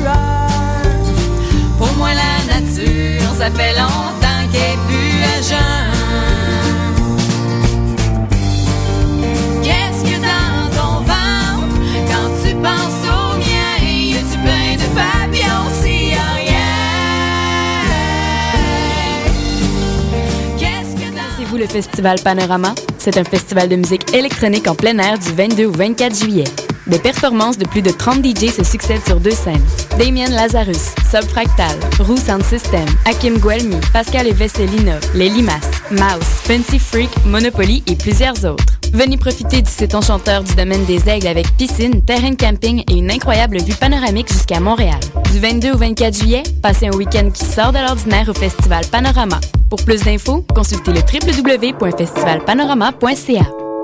lueur. Pour moi la nature, ça fait longtemps qu'elle est plus à jeun. Qu'est-ce que dans ton ventre quand tu penses au mien? Y a-tu plein de papillons s'il y a rien? Qu'est-ce que dans... Connaissez-vous le Festival Panorama? C'est un festival de musique électronique en plein air du 22 au 24 juillet. Des performances de plus de 30 DJ se succèdent sur 2 scènes. Damien Lazarus, Subfractal, Roux Sound System, Hakim Guelmi, Pascal et Vesselina, Les Limaces, Mouse, Fancy Freak, Monopoly et plusieurs autres. Venez profiter du site enchanteur du domaine des Aigles avec piscine, terrain de camping et une incroyable vue panoramique jusqu'à Montréal. Du 22 au 24 juillet, passez un week-end qui sort de l'ordinaire au Festival Panorama. Pour plus d'infos, consultez le www.festivalpanorama.ca.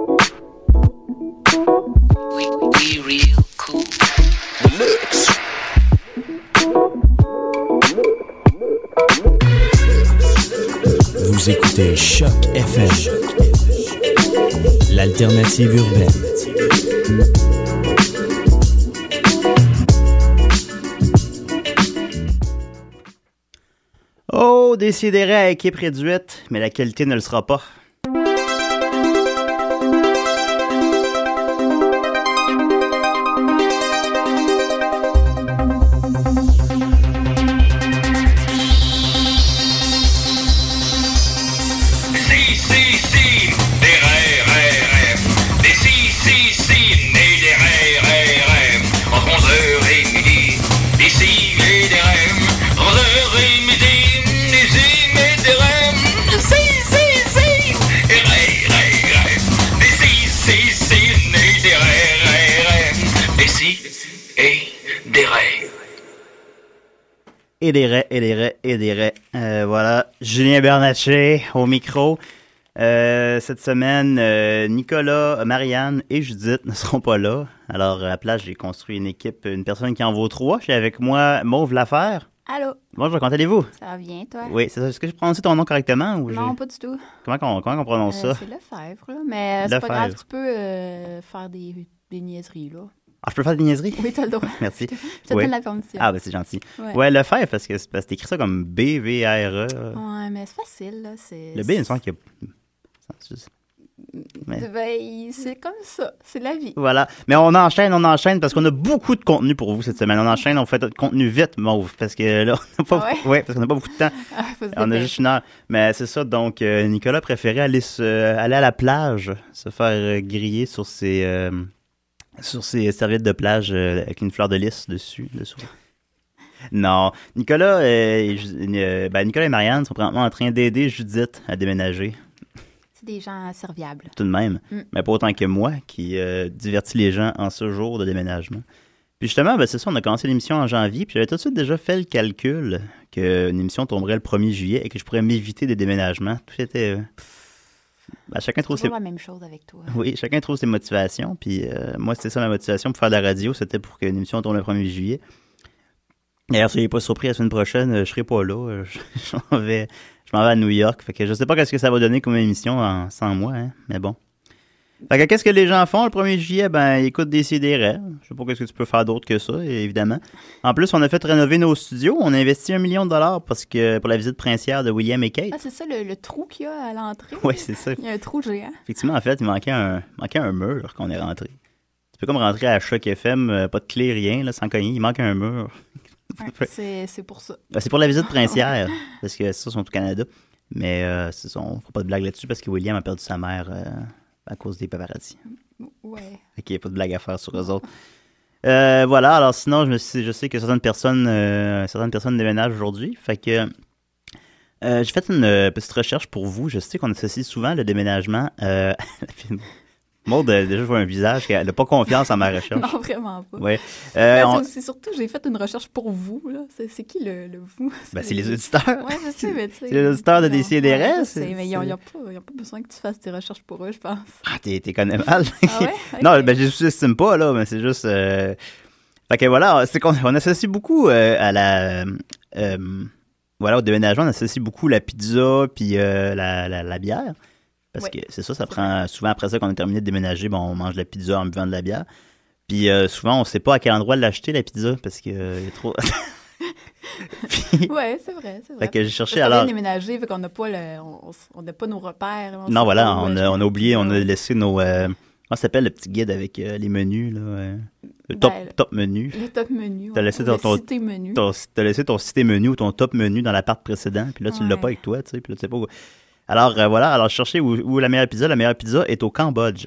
Vous écoutez Choc FM, l'alternative urbaine. Oh, décidérez à équipe réduite, mais la qualité ne le sera pas. Et des raies. Voilà, Julien Bernatchez au micro. Cette semaine, Nicolas, Marianne et Judith ne seront pas là. Alors, à la place, j'ai construit une équipe, une personne qui en vaut 3. J'ai avec moi Mauve Laferre. Allô? Bonjour, comment allez-vous? Ça va bien, toi? Oui, c'est ça. Est-ce que j'ai prononcé ton nom correctement? Ou non, pas du tout. Comment on prononce ça? C'est Lefebvre, là. Mais c'est pas grave, tu peux faire des niaiseries, là. Ah, je peux faire des niaiseries? Oui, t'as le droit. Merci. Je te donne la permission. Ah, ben c'est gentil. Ouais, Lefebvre, parce que t'écris ça comme B-V-R-E. Ouais, mais c'est facile, là. Le B, il me semble qu'il y a... Mais... c'est comme ça, c'est la vie. Voilà, mais on enchaîne parce qu'on a beaucoup de contenu pour vous cette semaine. On fait notre contenu vite, Mauve, parce que là, on n'a pas, parce qu'on n'a pas beaucoup de temps. On a juste 1 heure. Mais c'est ça, donc Nicolas préférait aller à la plage, se faire griller sur ses serviettes de plage avec une fleur de lys dessous. Non, Nicolas et Marianne sont présentement en train d'aider Judith à déménager. Des gens serviables. Tout de même, mais pas autant que moi qui divertis les gens en ce jour de déménagement. Puis justement, c'est ça, on a commencé l'émission en janvier, puis j'avais tout de suite déjà fait le calcul qu'une émission tomberait le 1er juillet et que je pourrais m'éviter des déménagements. Tout était... chacun trouve la même chose avec toi. Oui, chacun trouve ses motivations, puis moi, c'était ça ma motivation pour faire de la radio, c'était pour qu'une émission tourne le 1er juillet. D'ailleurs, soyez pas surpris, la semaine prochaine, je serai pas là, je m'en vais à New York, fait que je sais pas qu'est-ce que ça va donner comme émission sans moi, hein, mais bon. Fait que qu'est-ce que les gens font le 1er juillet? Ils écoutent des CDR. Je sais pas qu'est-ce que tu peux faire d'autre que ça, évidemment. En plus, on a fait rénover nos studios, on a investi $1 million parce que pour la visite princière de William et Kate. Ah, c'est ça le trou qu'il y a à l'entrée? Oui, c'est ça. Il y a un trou géant. Effectivement, en fait, il manquait un mur quand on est rentré. Tu peux comme rentrer à Choc FM, pas de clé, rien, là, sans cogner, il manque un mur. Ouais, c'est pour ça. C'est pour la visite princière, parce que ça, sont au Canada. Mais on ne fera pas de blague là-dessus parce que William a perdu sa mère à cause des paparazzi. Ouais. Il n'y a pas de blague à faire sur eux autres. Voilà, alors sinon, je sais que certaines personnes déménagent aujourd'hui. Fait que j'ai fait une petite recherche pour vous. Je sais qu'on associe souvent le déménagement Maud, déjà, je vois un visage qu'elle n'a pas confiance en ma recherche. Non, vraiment pas. Ouais. C'est surtout, j'ai fait une recherche pour vous. Là. C'est qui le vous? C'est les auditeurs. Oui, je sais, mais tu sais. C'est les auditeurs de Décidérez. Mais ils n'ont pas besoin que tu fasses des recherches pour eux, je pense. Ah, t'es connais mal. Ah ouais? Okay. Non, je ne sous-estime pas, là, mais c'est juste... Fait que voilà, c'est qu'on associe beaucoup à la... au déménagement, on associe beaucoup la pizza puis la bière. Parce que c'est ça prend souvent après ça qu'on a terminé de déménager, on mange de la pizza en buvant de la bière. Puis souvent, on sait pas à quel endroit l'acheter, la pizza, parce que il y a trop... Puis... Ouais, c'est vrai. Fait que j'ai cherché parce alors... On a déménagé, fait qu'on n'a pas, on n'a pas nos repères. Non, voilà, on a oublié, on a laissé nos... Comment ça s'appelle le petit guide avec les menus, là? Le top menu. Le top menu. T'as laissé cité menu. T'as laissé ton cité menu ou ton top menu dans l'appart précédent, puis là, tu l'as pas avec toi, tu sais, puis là, tu sais pas où... Alors, voilà, alors cherchez où la meilleure pizza. La meilleure pizza est au Cambodge.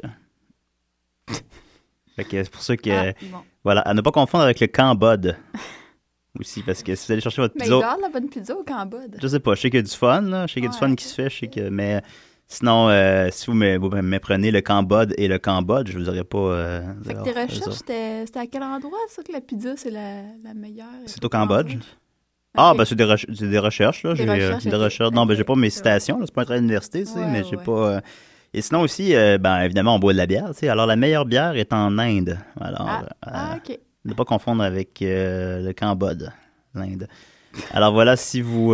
Fait que c'est pour ça que... bon. Voilà, à ne pas confondre avec le Cambodge. Aussi, parce que si vous allez chercher votre pizza... Mais il garde la bonne pizza au Cambodge. Je sais pas, je sais qu'il y a du fun, là. Je sais qu'il y a du fun qui se fait, je sais que... Mais sinon, si vous me prenez le Cambodge et le Cambodge, je vous aurais pas... fait que tes recherches, c'était à quel endroit, ça, que la pizza, c'est la meilleure? C'est au Cambodge. Ah, ben c'est des recherches, là. J'ai des recherches. Non, ben j'ai pas mes citations, là. C'est pas un train d'université, tu sais, mais j'ai pas... Et sinon aussi, ben évidemment, on boit de la bière, tu sais. Alors, la meilleure bière est en Inde. Alors, OK. Ne pas confondre avec le Cambodge, l'Inde. Alors voilà, si vous...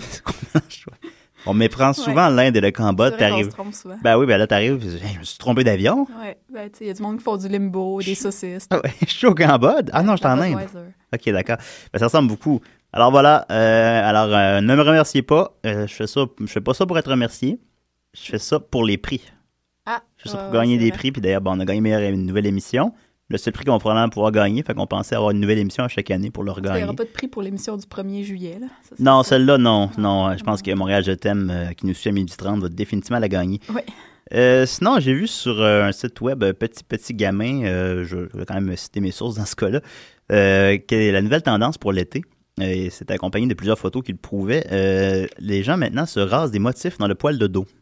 on méprend souvent l'Inde et le Cambodge. Ben oui, ben là, t'arrives, je me suis trompé d'avion. Ouais, ben tu sais, il y a du monde qui font du limbo, des saucisses. Ouais, je suis au Cambodge. Ah non, je suis en Inde. OK, d'accord. Ben ça ressemble beaucoup. Alors voilà, ne me remerciez pas. Je fais pas ça pour être remercié. Je fais ça pour les prix. Je fais ça pour gagner des prix. Puis d'ailleurs, on a gagné une nouvelle émission. Le seul prix qu'on va probablement pouvoir gagner, fait qu'on pensait avoir une nouvelle émission à chaque année pour le regagner. Il n'y aura pas de prix pour l'émission du 1er juillet, là? Non, celle-là, non. Je pense que Montréal Je t'aime, qui nous suit à 12h30, va définitivement la gagner. Oui. Sinon, j'ai vu sur un site web, Petit Gamin, je vais quand même citer mes sources dans ce cas-là, que la nouvelle tendance pour l'été, et c'est accompagné de plusieurs photos qui le prouvaient, les gens maintenant se rasent des motifs dans le poil de dos.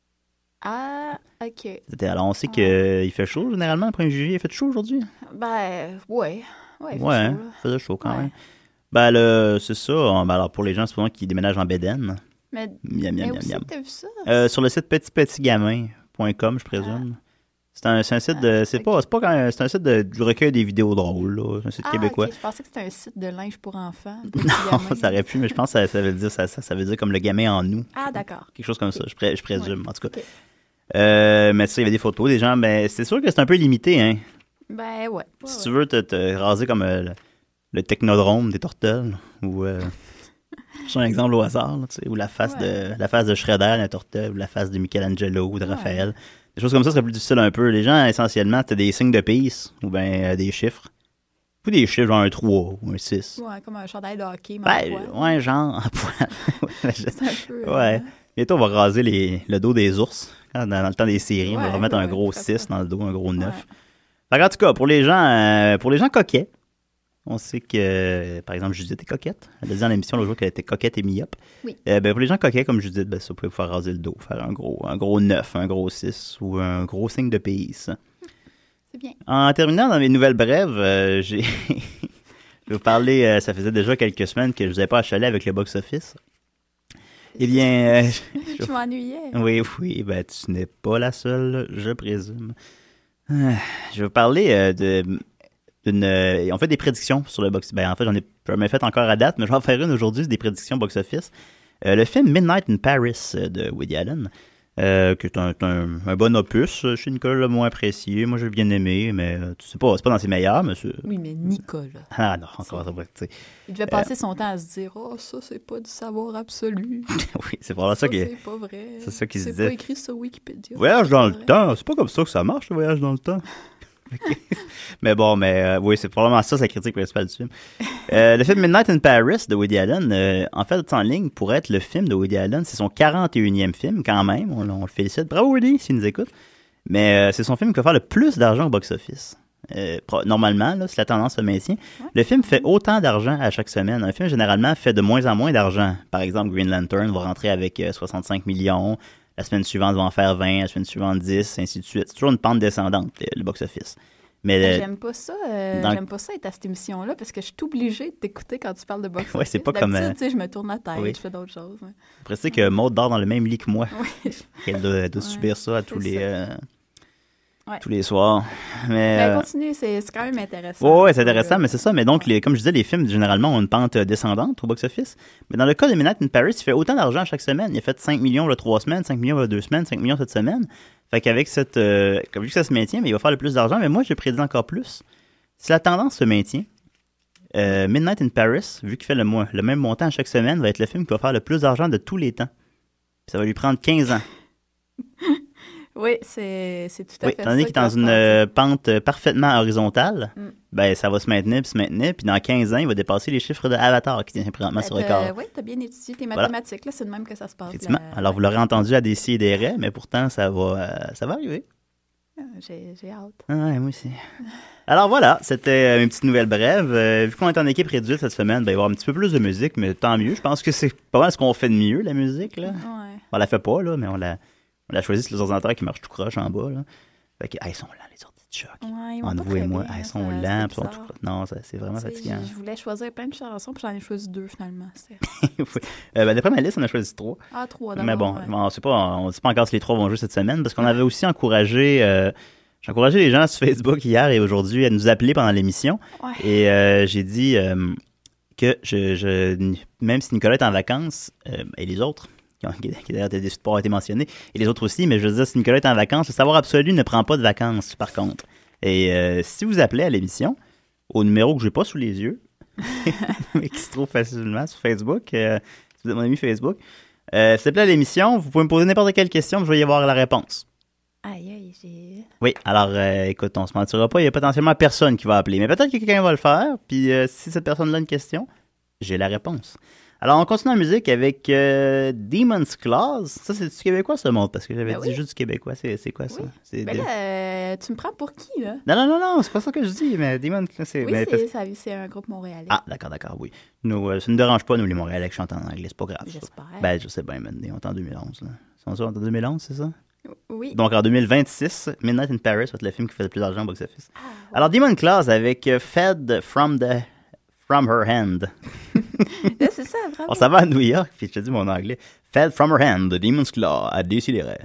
Ah, OK. Alors, on sait qu'il fait chaud, généralement, le 1er juillet. Il fait chaud aujourd'hui? Ben, ouais. Ouais, il faisait chaud quand même. Ben, c'est ça. Ben, alors, pour les gens, c'est pour qui déménagent en bédaine. Mais t'as vu ça? Sur le site petitgamin.com, je présume. C'est un site de... C'est un site du recueil des vidéos drôles, là. C'est un site québécois. Okay. Je pensais que c'était un site de linge pour enfants. Non, ça aurait pu, mais je pense que ça veut dire ça veut dire comme le gamin en nous. Ah, d'accord. Quelque chose comme ça, je présume, en tout cas. Okay. Mais ça, il y avait des photos des gens, mais c'est sûr que c'est un peu limité, hein. Ben, ouais. Si tu veux te raser comme le technodrome des Tortelles, ou... c'est un exemple au hasard, là, tu sais, ou la face de Shredder, la Tortelle, ou la face de Michelangelo, ou de Raphaël. Des choses comme ça seraient plus difficiles un peu. Les gens, essentiellement, c'était des signes de peace, ou bien des chiffres. Ou des chiffres, genre un 3 ou un 6. Ouais, comme un chandail de hockey, ouais, genre, en poil. C'est un peu... Ouais. Bientôt, on va raser le dos des ours. Dans le temps des séries, on va remettre un gros 6 dans le dos, un gros 9. Ouais. En tout cas, pour les gens coquets, on sait que, par exemple, Judith est coquette. Elle a dit dans l'émission l'autre jour qu'elle était coquette et myope. Oui. Pour les gens coquets comme Judith, ça vous pouvez faire raser le dos, faire un gros 9, un gros 6 ou un gros signe de peace. C'est bien. En terminant dans mes nouvelles brèves, je vais vous parler, ça faisait déjà quelques semaines que je ne vous avais pas achalé avec le box-office. Eh bien... je m'ennuyais. Oui, ben tu n'es pas la seule, je présume. Je vais vous parler on fait des prédictions sur le box-office. Ben, en fait, j'en ai jamais fait encore à date, mais je vais en faire une aujourd'hui, c'est des prédictions box-office. Le film Midnight in Paris de Woody Allen, qui est un bon opus. Chez Nicolas le moins apprécié. Moi, j'ai bien aimé, mais c'est pas dans ses meilleurs. Mais oui, mais Nicolas. Ah non, encore ça. Il devait passer son temps à se dire « Oh, ça, c'est pas du savoir absolu. » Oui, c'est vraiment ça c'est pas vrai. C'est ça qu'il se disait. C'est pas écrit sur Wikipédia. Voyage dans le temps. C'est pas comme ça que ça marche, le voyage dans le temps. Mais bon, oui, c'est probablement ça sa critique principale du film. Le film Midnight in Paris de Woody Allen, en fait, en ligne pour être le film de Woody Allen. C'est son 41e film quand même. On le félicite. Bravo Woody, s'il nous écoute. Mais c'est son film qui va faire le plus d'argent au box-office. Normalement, là, si la tendance se maintient, le film fait autant d'argent à chaque semaine. Un film, généralement, fait de moins en moins d'argent. Par exemple, Green Lantern va rentrer avec 65 millions. La semaine suivante, va en faire 20. La semaine suivante, 10, ainsi de suite. C'est toujours une pente descendante, le box-office. Mais j'aime pas ça. J'aime pas ça être à cette émission-là parce que je suis obligée de t'écouter quand tu parles de box-office. Ouais, c'est pas comme... tu sais, je me tourne la tête, je fais d'autres choses. Ouais. Après, c'est que Maud dort dans le même lit que moi. Elle doit subir ça à tous les soirs. Mais continue, c'est quand même intéressant. Oui, c'est intéressant, mais c'est ça. Mais donc, comme je disais, les films, généralement, ont une pente descendante au box-office. Mais dans le cas de Midnight in Paris, il fait autant d'argent chaque semaine. Il a fait 5 millions le 3 semaines, 5 millions le 2 semaines, 5 millions cette semaine. Fait qu'avec vu que ça se maintient, mais il va faire le plus d'argent. Mais moi, j'ai prédit encore plus. Si la tendance se maintient, Midnight in Paris, vu qu'il fait le même montant à chaque semaine, va être le film qui va faire le plus d'argent de tous les temps. Puis ça va lui prendre 15 ans. Oui, c'est tout à fait ça. Étant donné qu'il est dans une pente parfaitement horizontale, ben ça va se maintenir, puis dans 15 ans, il va dépasser les chiffres de Avatar qui tient présentement sur record. Oui, tu as bien étudié tes mathématiques, voilà. Là, c'est de même que ça se passe. Effectivement. Alors, vous l'aurez entendu à des si et des raies, mais pourtant, ça va arriver. J'ai hâte. Ah ouais, moi aussi. Alors voilà, c'était une petite nouvelle brève. Vu qu'on est en équipe réduite cette semaine, ben, il va y avoir un petit peu plus de musique, mais tant mieux. Je pense que c'est pas mal ce qu'on fait de mieux, la musique. Là. Ouais. On la fait pas, là, mais on l'a choisi sur les ordinateurs qui marchent tout croche en bas. Là. Fait que, ils sont lents, les ordi de choc. Ouais, entre vous et moi, ils sont lents, ils sont tout croche. Non, c'est vraiment fatigant. Je voulais choisir plein de chansons, puis j'en ai choisi 2 finalement. Oui. D'après ma liste, on a choisi 3. Ah, 3 d'abord. Mais bon, on ne sait pas encore si les 3 vont jouer cette semaine, parce qu'on avait aussi encouragé... J'ai encouragé les gens sur Facebook hier et aujourd'hui à nous appeler pendant l'émission. Ouais. Et j'ai dit que même si Nicolas est en vacances, et les autres, qui d'ailleurs pas été mentionnés, et les autres aussi, mais je veux dire, si Nicolas est en vacances, le savoir absolu ne prend pas de vacances, par contre. Et si vous appelez à l'émission, au numéro que je n'ai pas sous les yeux, mais qui se trouve facilement sur Facebook, si vous êtes mon ami Facebook, s'il vous plaît à l'émission, vous pouvez me poser n'importe quelle question, je vais y avoir la réponse. Aïe, j'ai... Oui, alors, écoute, on se mentira pas, il y a potentiellement personne qui va appeler, mais peut-être que quelqu'un va le faire, puis si cette personne-là a une question, j'ai la réponse. Alors, on continue en musique avec Demon's Claws. Ça, c'est du québécois, ce mot, parce que j'avais dit juste du québécois. C'est quoi, ça? Oui. Là, tu me prends pour qui, là? Non, c'est pas ça que je dis, mais Demon's Claws, c'est... Oui, mais c'est un groupe montréalais. Ah, d'accord, oui. Nous, ça ne dérange pas, nous, les Montréalais, qui chantent en anglais, c'est pas grave. J'espère. Ben, je sais bien, mais on est en 2011, là. C'est en 2011, c'est ça? Oui. Donc, en 2026, Midnight in Paris va être le film qui fait le plus d'argent au box-office. Ah, ouais. Alors, Demon's Claws avec Fed from her hand. C'est ça, vraiment. On s'en va à New York, puis je te dis mon anglais. Fed from her hand, The Demon's Claw, à Décideret.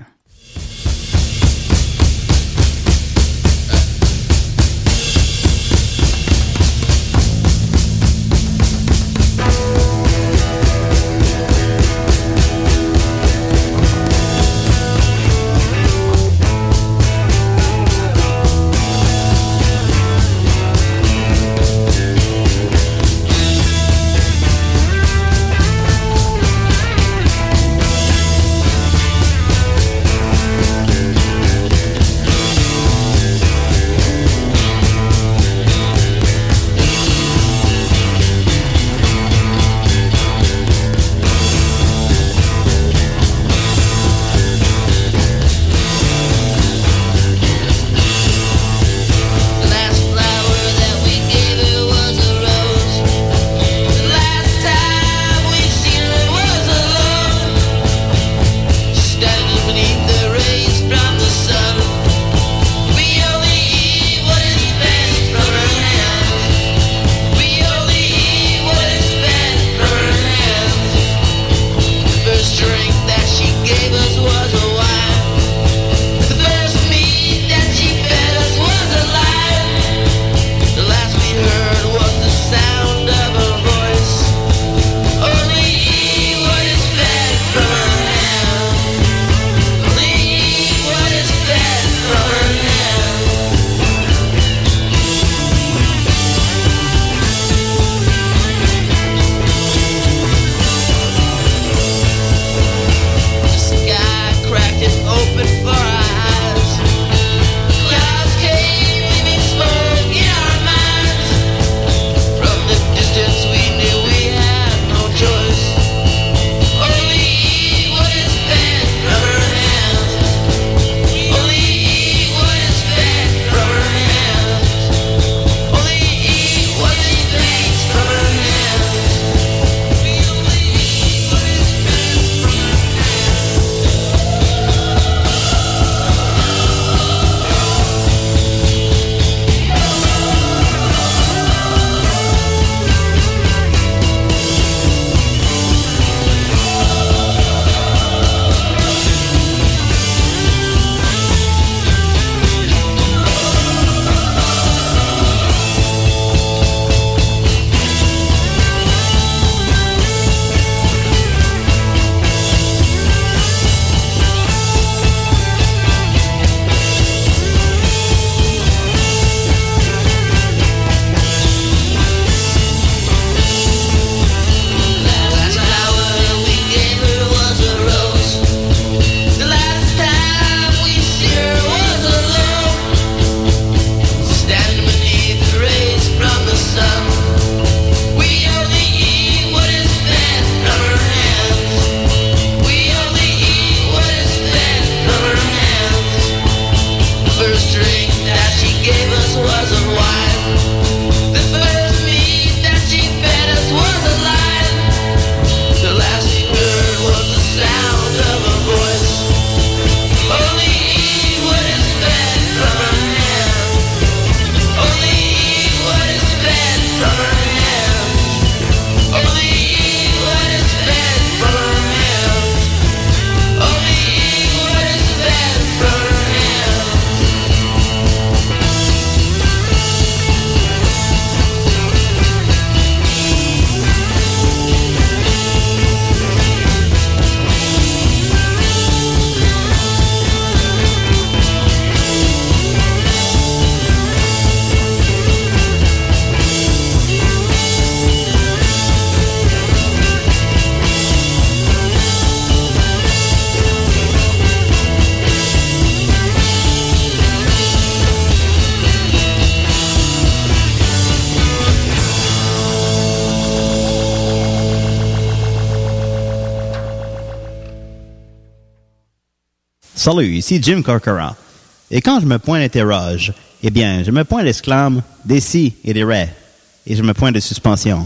Salut, ici Jim Corcoran. Et quand je me point l'interroge, eh bien, je me point l'exclame des si et des ré. Et je me point de suspension.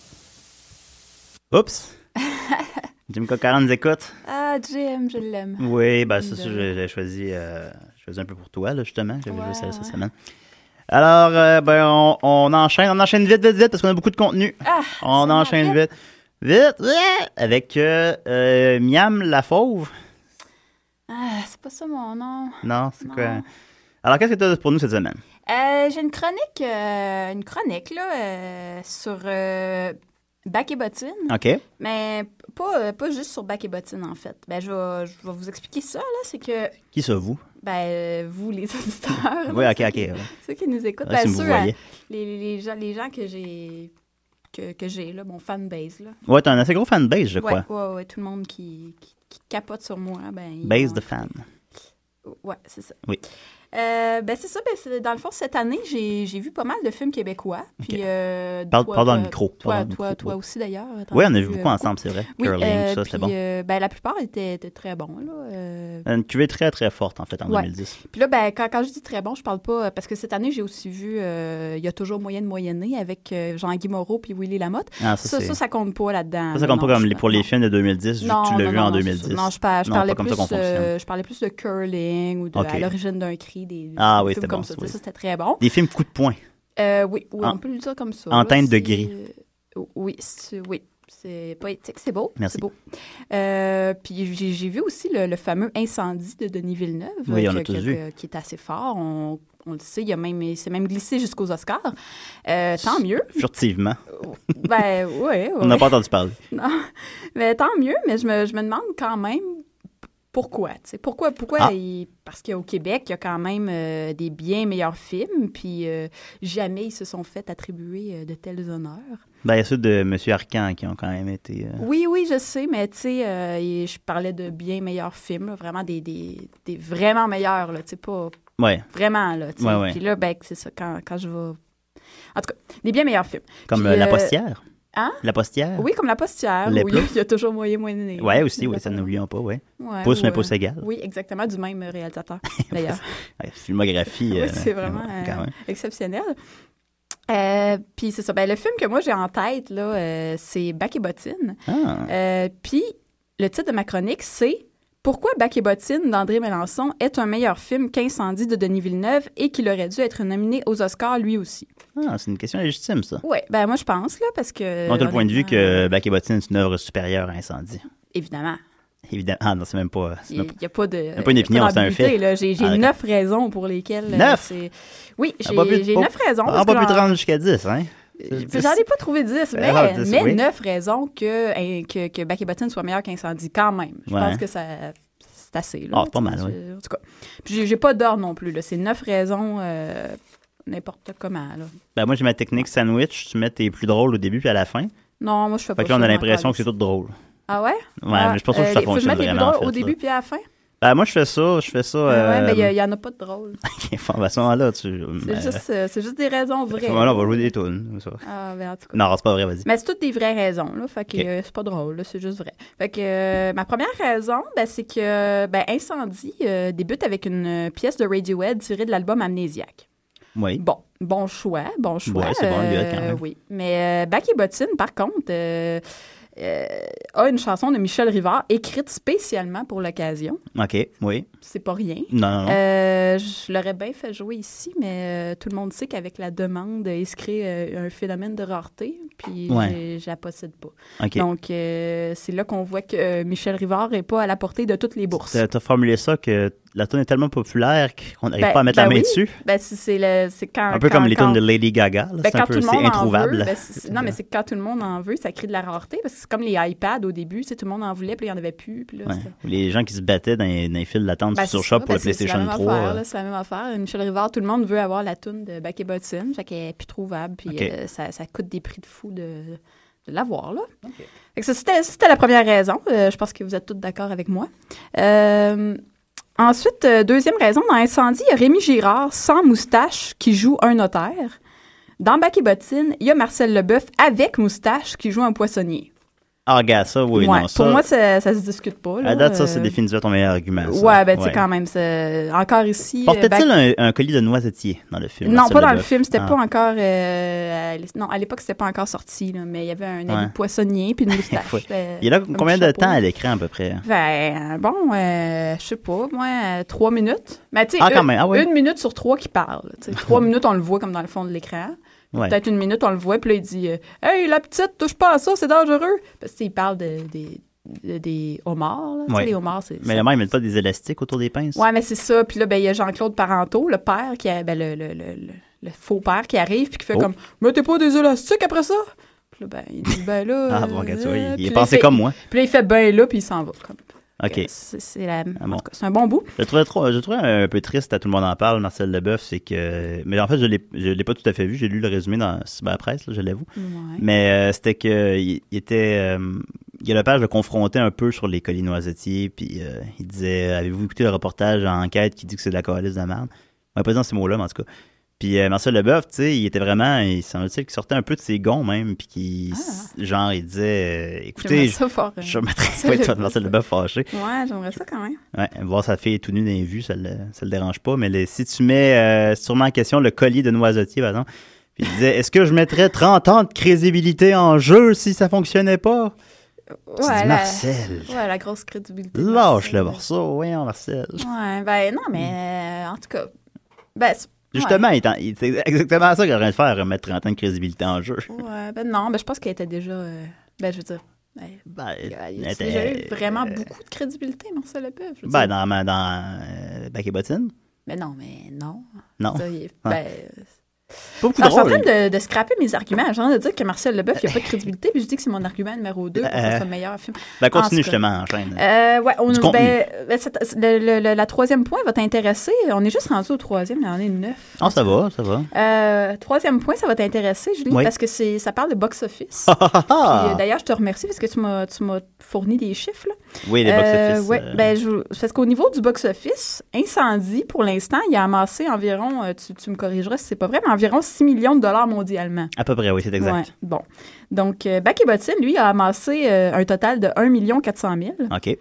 Oups! Jim Corcoran nous écoute. Ah, Jim, je l'aime. Oui, ben c'est ça, j'ai choisi un peu pour toi, là, justement. J'avais joué ça cette semaine. Alors, on enchaîne vite, parce qu'on a beaucoup de contenu. On enchaîne vite, avec Miam la Fauve. Ah, c'est pas ça mon nom. Non, c'est quoi? Alors, qu'est-ce que tu as pour nous cette semaine? J'ai une chronique là, sur Bac et Bottine. OK. Mais pas juste sur Bac et Bottine, en fait. Ben, je vais vous expliquer ça, là. C'est que... Qui ça, vous? Ben, vous, les auditeurs. Oui, OK. Ceux qui nous écoutent. Ouais, Bien si sûr, vous voyez. les gens que j'ai... Que j'ai, là, mon fanbase, là. Ouais, t'as un assez gros fanbase, je crois. Ouais, tout le monde qui capote sur moi, ben... Base de fan. Ouais, c'est ça. Oui. Ben c'est ça, dans le fond, cette année, j'ai vu pas mal de films québécois. Puis, parle dans le micro. Toi aussi, d'ailleurs. Oui, on a vu beaucoup ensemble, c'est vrai. Oui, Curling, ça, c'était bon. Ben, la plupart étaient très bons, là. Une cuvée très, très forte, en fait, en 2010. Puis là, ben, quand je dis très bon, je parle pas... Parce que cette année, j'ai aussi vu Il y a toujours moyen de moyenner avec Jean-Guy Moreau puis Willy Lamotte. Ah, ça compte pas là-dedans. Ça compte pas comme pour les films de 2010, vu que tu l'as vu en 2010. Non, je parlais plus de curling ou de À l'origine d'un cri. Ah oui, c'était bon. Ça, c'était très bon. Des films coup de poing. Oui, on peut le dire comme ça. En teinte de gris. Oui, c'est poétique, c'est beau. Merci. C'est beau. Puis j'ai vu aussi le fameux Incendie de Denis Villeneuve. Oui, on l'a tous vu. Qui est assez fort. On le sait, c'est même glissé jusqu'aux Oscars. Tant mieux. Furtivement. Ben, oui. On n'a pas entendu parler. Non, mais tant mieux. Mais je me demande quand même pourquoi. Pourquoi parce qu'au Québec, il y a quand même des bien meilleurs films, puis jamais ils se sont fait attribuer de tels honneurs. Ben, il y a ceux de M. Arcan qui ont quand même été... Oui, je sais, mais tu sais, je parlais de bien meilleurs films, là, vraiment des vraiment meilleurs, là, tu sais, pas... Ouais. Vraiment, là, tu sais. Ouais. Puis là, ben, c'est ça, quand je vais... En tout cas, des bien meilleurs films. Comme puis, La Postière. Hein? La Postière. Oui, comme La Postière. Les Oui, il y a toujours moyenné. Oui, aussi, oui, ça n'oublions pas, oui. Pouce, mais pouce égal. Oui, exactement, du même réalisateur, d'ailleurs. Filmographie. Oui, c'est vraiment exceptionnel. Puis c'est ça. Ben, le film que moi j'ai en tête, là, c'est Bac et Bottine. Puis le titre de ma chronique, c'est Pourquoi Bac et Bottine d'André Mélenchon est un meilleur film qu'Incendie de Denis Villeneuve et qu'il aurait dû être nominé aux Oscars lui aussi. Ah, c'est une question légitime, ça. Oui, ben moi je pense, là, parce que... Donc, tu as le point de vue que Bac et Bottine est une œuvre supérieure à Incendie. Évidemment. Ah non, c'est même pas... Il n'y a pas de... Il n'y a pas une opinion, c'est un fait. Là. J'ai 9 raisons pour lesquelles... 9? Oui, j'ai 9 raisons. On va plus te rendre jusqu'à 10, hein? J'en ai pas trouvé 10, mais 9 raisons que Bac et Bottine soit meilleur qu'Incendie, quand même. Je pense que c'est assez. Là, c'est pas mal, oui. En tout cas. Puis j'ai pas d'ordre non plus. Là. C'est 9 raisons n'importe comment. Là. Ben moi, j'ai ma technique sandwich. Tu mets tes plus drôles au début puis à la fin. Non, moi, je fais pas ça. Fait que là, on a l'impression que c'est tout drôle. Ah ouais? Ouais, mais je pense pas que ça fonctionne vraiment. Faut que je mette les plus drôles au début puis à la fin? Ben, moi, je fais ça. Ouais, mais il y en a pas de drôle. OK, à ce moment-là, c'est juste des raisons vraies. À ce moment-là, on va jouer des tunes. Ah, ben en tout cas. Non, c'est pas vrai, vas-y. Mais c'est toutes des vraies raisons, là. Fait que c'est pas drôle, là, c'est juste vrai. Fait que ma première raison, ben, c'est que Incendie débute avec une pièce de Radiohead tirée de l'album Amnésiaque. Oui. Bon choix. Ouais, c'est bon, Radiohead, quand même. Oui. Mais Bac et Bottine, par contre... a une chanson de Michel Rivard écrite spécialement pour l'occasion. OK, oui. C'est pas rien. Non. Je l'aurais bien fait jouer ici, mais tout le monde sait qu'avec la demande, il se crée un phénomène de rareté, puis je la possède pas. Okay. Donc, c'est là qu'on voit que Michel Rivard n'est pas à la portée de toutes les bourses. Tu as formulé ça que la tune est tellement populaire qu'on n'arrive pas à mettre la main dessus. C'est quand... Un peu comme les tunes de Lady Gaga. C'est introuvable. Non, mais c'est quand tout le monde en veut, ça crée de la rareté, parce que c'est comme les iPads au début, tout le monde en voulait, puis il n'y en avait plus. Puis là, les gens qui se battaient dans les files d'attente sur Shop pour le PlayStation 3. C'est la même affaire. Michel Rivard, tout le monde veut avoir la tune de Bac et Bottine, fait qu'elle n'est plus trouvable, puis ça coûte des prix de fou de l'avoir, là. Okay. Fait que c'était la première raison. Je pense que vous êtes tous d'accord avec moi. Ensuite, deuxième raison, dans Incendie, il y a Rémi Girard, sans moustache, qui joue un notaire. Dans Bac et Bottine, il y a Marcel Leboeuf, avec moustache, qui joue un poissonnier. Ah, regarde, ça, oui, Ouais, non, ça... Pour moi, ça se discute pas. Là. À date, ça, c'est définitivement ton meilleur argument. Ça. Ouais, ben, tu sais, quand même, encore ici... Portait-il un collier de noisetier dans le film? Non, pas dans le film, c'était pas encore... non, à l'époque, c'était pas encore sorti, là, mais il y avait un habit de poissonnier puis une moustache. Il est là combien de temps à l'écran, à peu près? Ben, bon, je sais pas, moi, 3 minutes. Mais tu sais, une minute sur 3 qui parle. 3 minutes, on le voit comme dans le fond de l'écran. Ouais. Peut-être une minute, on le voit, puis là, il dit « Hey, la petite, touche pas à ça, c'est dangereux! » Parce qu'il parle des homards, là. Ouais. Les homards, c'est... Mais les homards, ils mettent pas des élastiques autour des pinces? Ouais, mais c'est ça. Puis là, ben, il y a Jean-Claude Parenteau, le père, qui a, ben, le faux père qui arrive, puis qui fait comme « Mettez pas des élastiques après ça! » Puis là, ben, il dit « Ben là... » Ah, bon, regarde ça, il est pensé comme moi. Puis là, il fait « Ben là », puis il s'en va, comme... OK. C'est un bon bout. Je trouvais un peu triste, à Tout le monde en parle, Marcel Leboeuf, c'est que... Mais en fait, je l'ai pas tout à fait vu. J'ai lu le résumé dans Cyberpresse, là, je l'avoue. Ouais. Mais c'était qu'il était... Galopage le confrontait un peu sur les colis noisetiers, puis il disait « Avez-vous écouté le reportage en enquête qui dit que c'est de la calice de merde? » On va pas dire ces mots-là, mais en tout cas. Puis Marcel Leboeuf, tu sais, il était vraiment... Il semble-t-il qu'il sortait un peu de ses gonds, même, puis genre, il disait... écoutez, je mettrais pas de Marcel Leboeuf fâché. Ouais, j'aimerais ça quand même. Ouais, voir sa fille tout nue dans les vues, ça le dérange pas. Mais si tu mets sûrement en question le collier de noisetier, par exemple, puis il disait, est-ce que je mettrais 30 ans de crédibilité en jeu si ça fonctionnait pas? Ouais, Marcel. Ouais, la grosse crédibilité. Lâche le morceau, oui, Marcel. Ouais, ben non, mais en tout cas, ben... Justement, c'est exactement ça qu'il aurait de faire, remettre 30 ans de crédibilité en jeu. Ouais, ben non, ben je pense qu'elle était déjà... ben, je veux dire... il a déjà eu vraiment beaucoup de crédibilité, Marcel Leboeuf. Ben, dans Bac et Bottine. Ben non, mais non. Non. Ça, pas beaucoup drôle. Je suis en train de scraper mes arguments. J'ai envie de dire que Marcel Leboeuf, il n'y a pas de crédibilité, puis je dis que c'est mon argument numéro 2 pour que ce soit le meilleur film. Ben, continue justement, enchaîne. La troisième point va t'intéresser. On est juste rendu au troisième, il y en a 9. Ah, ça va. Troisième point, ça va t'intéresser, Julie, parce que ça parle de box-office. D'ailleurs, je te remercie parce que tu m'as fourni des chiffres. Là. Oui, les box-office. Parce qu'au niveau du box-office, Incendie, pour l'instant, il a amassé environ, tu me corrigeras si c'est pas vrai, mais environ 6 millions de dollars mondialement. À peu près, oui, c'est exact. Ouais, bon. Donc, Bac et Bottine, lui, a amassé un total de 1 400 000. OK.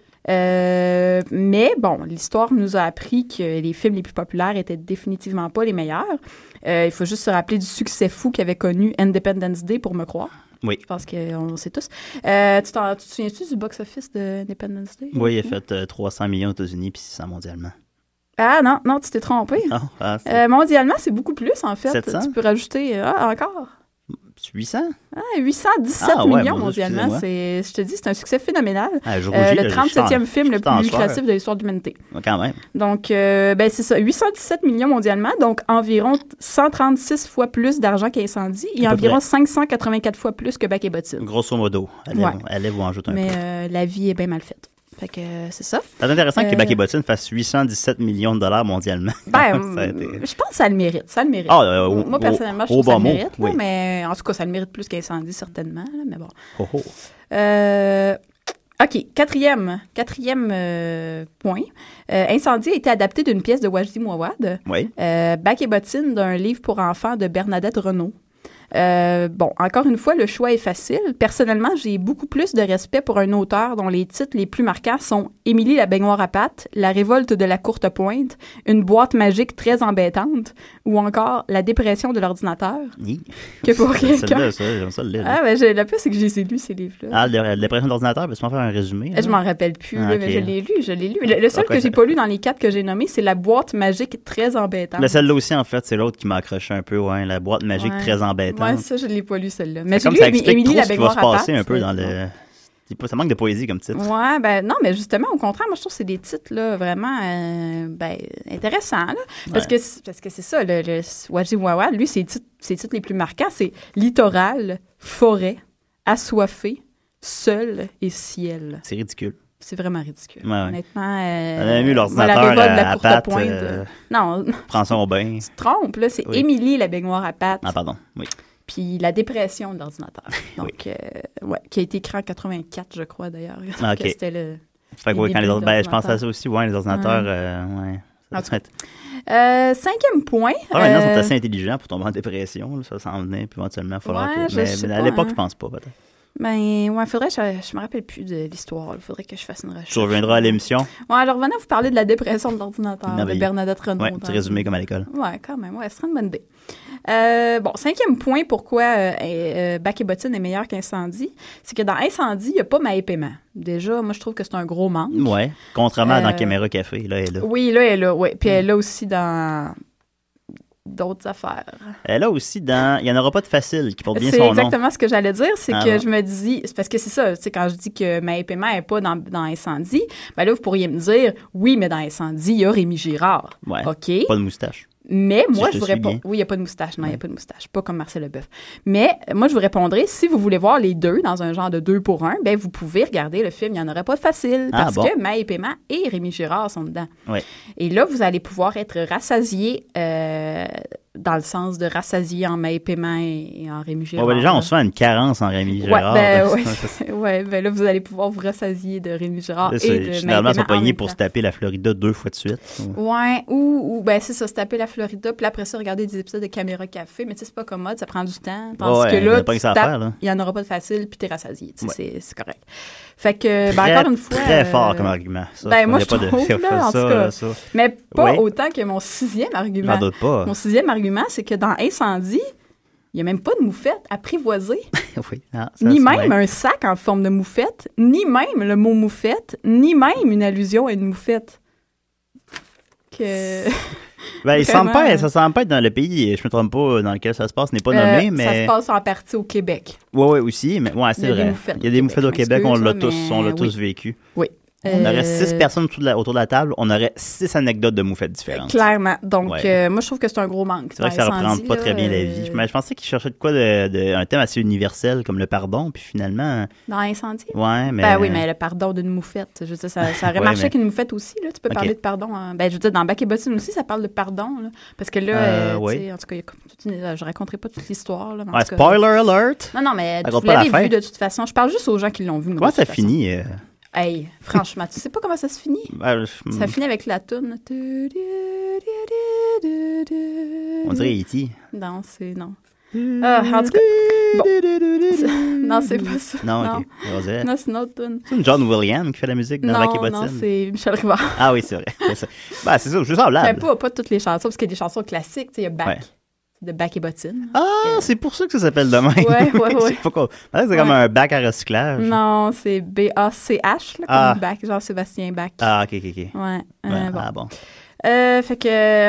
Mais bon, l'histoire nous a appris que les films les plus populaires étaient définitivement pas les meilleurs. Il faut juste se rappeler du succès fou qu'avait connu Independence Day, pour me croire. Oui. Je pense qu'on le sait tous. Tu te souviens-tu du box-office de Independence Day? Oui, il a fait 300 millions aux États-Unis puis 600 mondialement. Ah non, tu t'es trompé. Mondialement, c'est beaucoup plus, en fait. 700? Tu peux rajouter... encore? 800? 817 millions mondialement. Je te dis, c'est un succès phénoménal. Le 37e film le plus lucratif de l'histoire de l'humanité. Quand même. Donc, c'est ça. 817 millions mondialement, donc environ 136 fois plus d'argent qu'Incendie et environ 584 fois plus que Bac et Bottine. Grosso modo. Allez vous en jeter un peu. Mais la vie est bien mal faite. Fait que c'est ça. C'est intéressant que Bac et Bottine fasse 817 millions de dollars mondialement. Je pense que ça le mérite. Moi, personnellement, je trouve que ça le mérite. Oui. Mais en tout cas, ça le mérite plus qu'Incendie, certainement. Là, mais bon. OK. Quatrième point. Incendie a été adapté d'une pièce de Wajdi Mouawad. Oui. Bac et Bottine d'un livre pour enfants de Bernadette Renaud. Encore une fois, le choix est facile. Personnellement, j'ai beaucoup plus de respect pour un auteur dont les titres les plus marquants sont Émilie la baignoire à pattes, La révolte de la courte pointe, Une boîte magique très embêtante ou encore La dépression de l'ordinateur. Oui. Que pour quelqu'un... J'aime ça le lire. Le plus, c'est que j'ai lu ces livres-là. La dépression de l'ordinateur, peux-tu m'en faire un résumé? Je m'en rappelle plus, mais je l'ai lu. Le seul que j'ai pas lu dans les 4 que j'ai nommés, c'est La boîte magique très embêtante. Mais celle-là aussi, en fait, c'est l'autre qui m'a accroché un peu, La boîte magique très embêtante. Ouais, ça, je l'ai pas lu, celle-là. Mais j'ai lu Émilie la baignoire à pattes. Ça va se passer un peu dans le... Ça manque de poésie comme titre. Ouais, non, mais justement, au contraire, moi, je trouve que c'est des titres, là, vraiment, intéressants, là. Parce que c'est ça, le Wajdi Mouawad, lui, ses titres les plus marquants, c'est Littoral, Forêt, Assoiffé, Seul et Ciel. C'est ridicule. C'est vraiment ridicule. Ouais. Honnêtement, on a mis l'ordinateur la révolte de la à courte pattes, pointe. Non. Prends son bain. Tu te trompes, là. C'est Émilie la baignoire à pattes. Ah, pardon. Oui. Puis La dépression de l'ordinateur. Donc, qui a été écrit en 84, je crois, d'ailleurs. Ah, OK. C'était le... Fait que quand les autres... je pense à ça aussi, les ordinateurs, cinquième point. Maintenant, ils sont assez intelligents pour tomber en dépression. Là, ça s'en venait, puis éventuellement, il va falloir mais à l'époque, je pense pas, peut-être. Ben, ouais, faudrait, je me rappelle plus de l'histoire. Il faudrait que je fasse une recherche. Tu reviendras à l'émission? Ouais, alors revenez à vous parler de la dépression de l'ordinateur de Bernadette Renaud. Ouais, petit résumé comme à l'école. Ouais, quand même. Ouais, ce serait une bonne idée. Bon, 5e point pourquoi Bac et bottine est meilleur qu'Incendie, c'est que dans Incendie, il n'y a pas Maë Paiement. Déjà, moi, je trouve que c'est un gros manque. Ouais, contrairement à dans Caméra Café, là, elle est là. Oui, là, elle est là, ouais. Puis elle est là aussi dans d'autres affaires. Elle est là aussi dans Il n'y en aura pas de facile, qui porte bien c'est son nom. C'est exactement ce que j'allais dire, c'est que bon. je me dis, c'est parce que c'est ça, tu sais, quand je dis que Maë Paiement n'est pas dans Incendie, ben là, vous pourriez me dire, oui, mais dans Incendie, il y a Rémi Girard. Ouais, OK. pas de moustache. Mais moi, Si je vous réponds. Oui, il n'y a pas de moustache. Non, il n'y a pas de moustache. Pas comme Marcel Leboeuf. Mais moi, je vous répondrai, si vous voulez voir les deux dans un genre de 2 pour 1, ben vous pouvez regarder le film. Il n'y en aurait pas de facile. Parce que Maë Paiement et Rémi Girard sont dedans. Ouais. Et là, vous allez pouvoir être rassasié dans le sens de rassasié en Maë Paiement et en Rémi Girard. Ouais, les gens ont souvent une carence en Rémi Girard. Ouais, ben là, vous allez pouvoir vous rassasier de Rémi Girard là, et de Maë Paiement. Généralement, ils sont pognés pour se taper la Florida 2 fois de suite. Ouais, ou ben c'est ça, se taper la Florida, puis après ça, regarder des épisodes de Caméra Café, mais tu sais, c'est pas commode, ça prend du temps. Tandis que là, il n'y en aura pas de facile, puis t'es rassasié, tu sais, c'est correct. Fait que, ben encore une fois... Très fort comme argument, ça. Ben moi, je trouve, là, en tout cas. Mais pas autant que mon 6e argument. J'en doute pas. Mon 6e argument, c'est que dans Incendie, il n'y a même pas de moufette apprivoisée. Oui. Ah, ça, ni même un sac en forme de moufette, ni même le mot moufette, ni même une allusion à une moufette. Que... Ben, ça semble pas être dans le pays, je me trompe pas, dans lequel ça se passe, n'est pas nommé, mais... Ça se passe en partie au Québec. Oui, aussi, mais ouais, c'est vrai. Il y a des moufettes au Québec, on l'a tous vécu. Oui. On aurait 6 personnes autour de la table, on aurait 6 anecdotes de moufettes différentes. Clairement. Donc, moi, je trouve que c'est un gros manque. C'est vrai que ça représente pas très bien la vie. Mais je pensais qu'ils cherchaient de quoi un thème assez universel, comme le pardon, puis finalement... Dans Incendie? Ouais, mais... Ben oui, mais le pardon d'une moufette. Je veux dire, ça aurait marché avec une moufette aussi, là. Tu peux parler de pardon. Ben, je veux dire, dans Bac et bottine aussi, ça parle de pardon, là. Parce que là, tu sais, en tout cas, il y a comme toute je raconterai pas toute l'histoire, là. Ouais, spoiler alert! Non, mais vous l'avez vu de toute façon. Je parle juste aux gens qui l'ont vu. Comment ça finit? Hey, franchement, tu sais pas comment ça se finit? Ça finit avec la toune. On dirait E.T. Non, c'est... Non. En tout cas, bon. Non, c'est pas ça. Non, non. OK. Non, c'est une autre toune. C'est John Williams qui fait la musique dans Bac et bottine? Non, c'est Michel Rivard. Ah oui, c'est vrai. Ben, c'est ça, je semblable. Pas toutes les chansons, parce qu'il y a des chansons classiques. Il y a Bac. De Bac et bottine. Ah, c'est pour ça que ça s'appelle de même. Ouais. C'est comme un bac à recyclage. Non, c'est B-A-C-H, comme Bac, genre Sébastien Bach. Ah, OK. Ouais. Bon. Ah, bon. Fait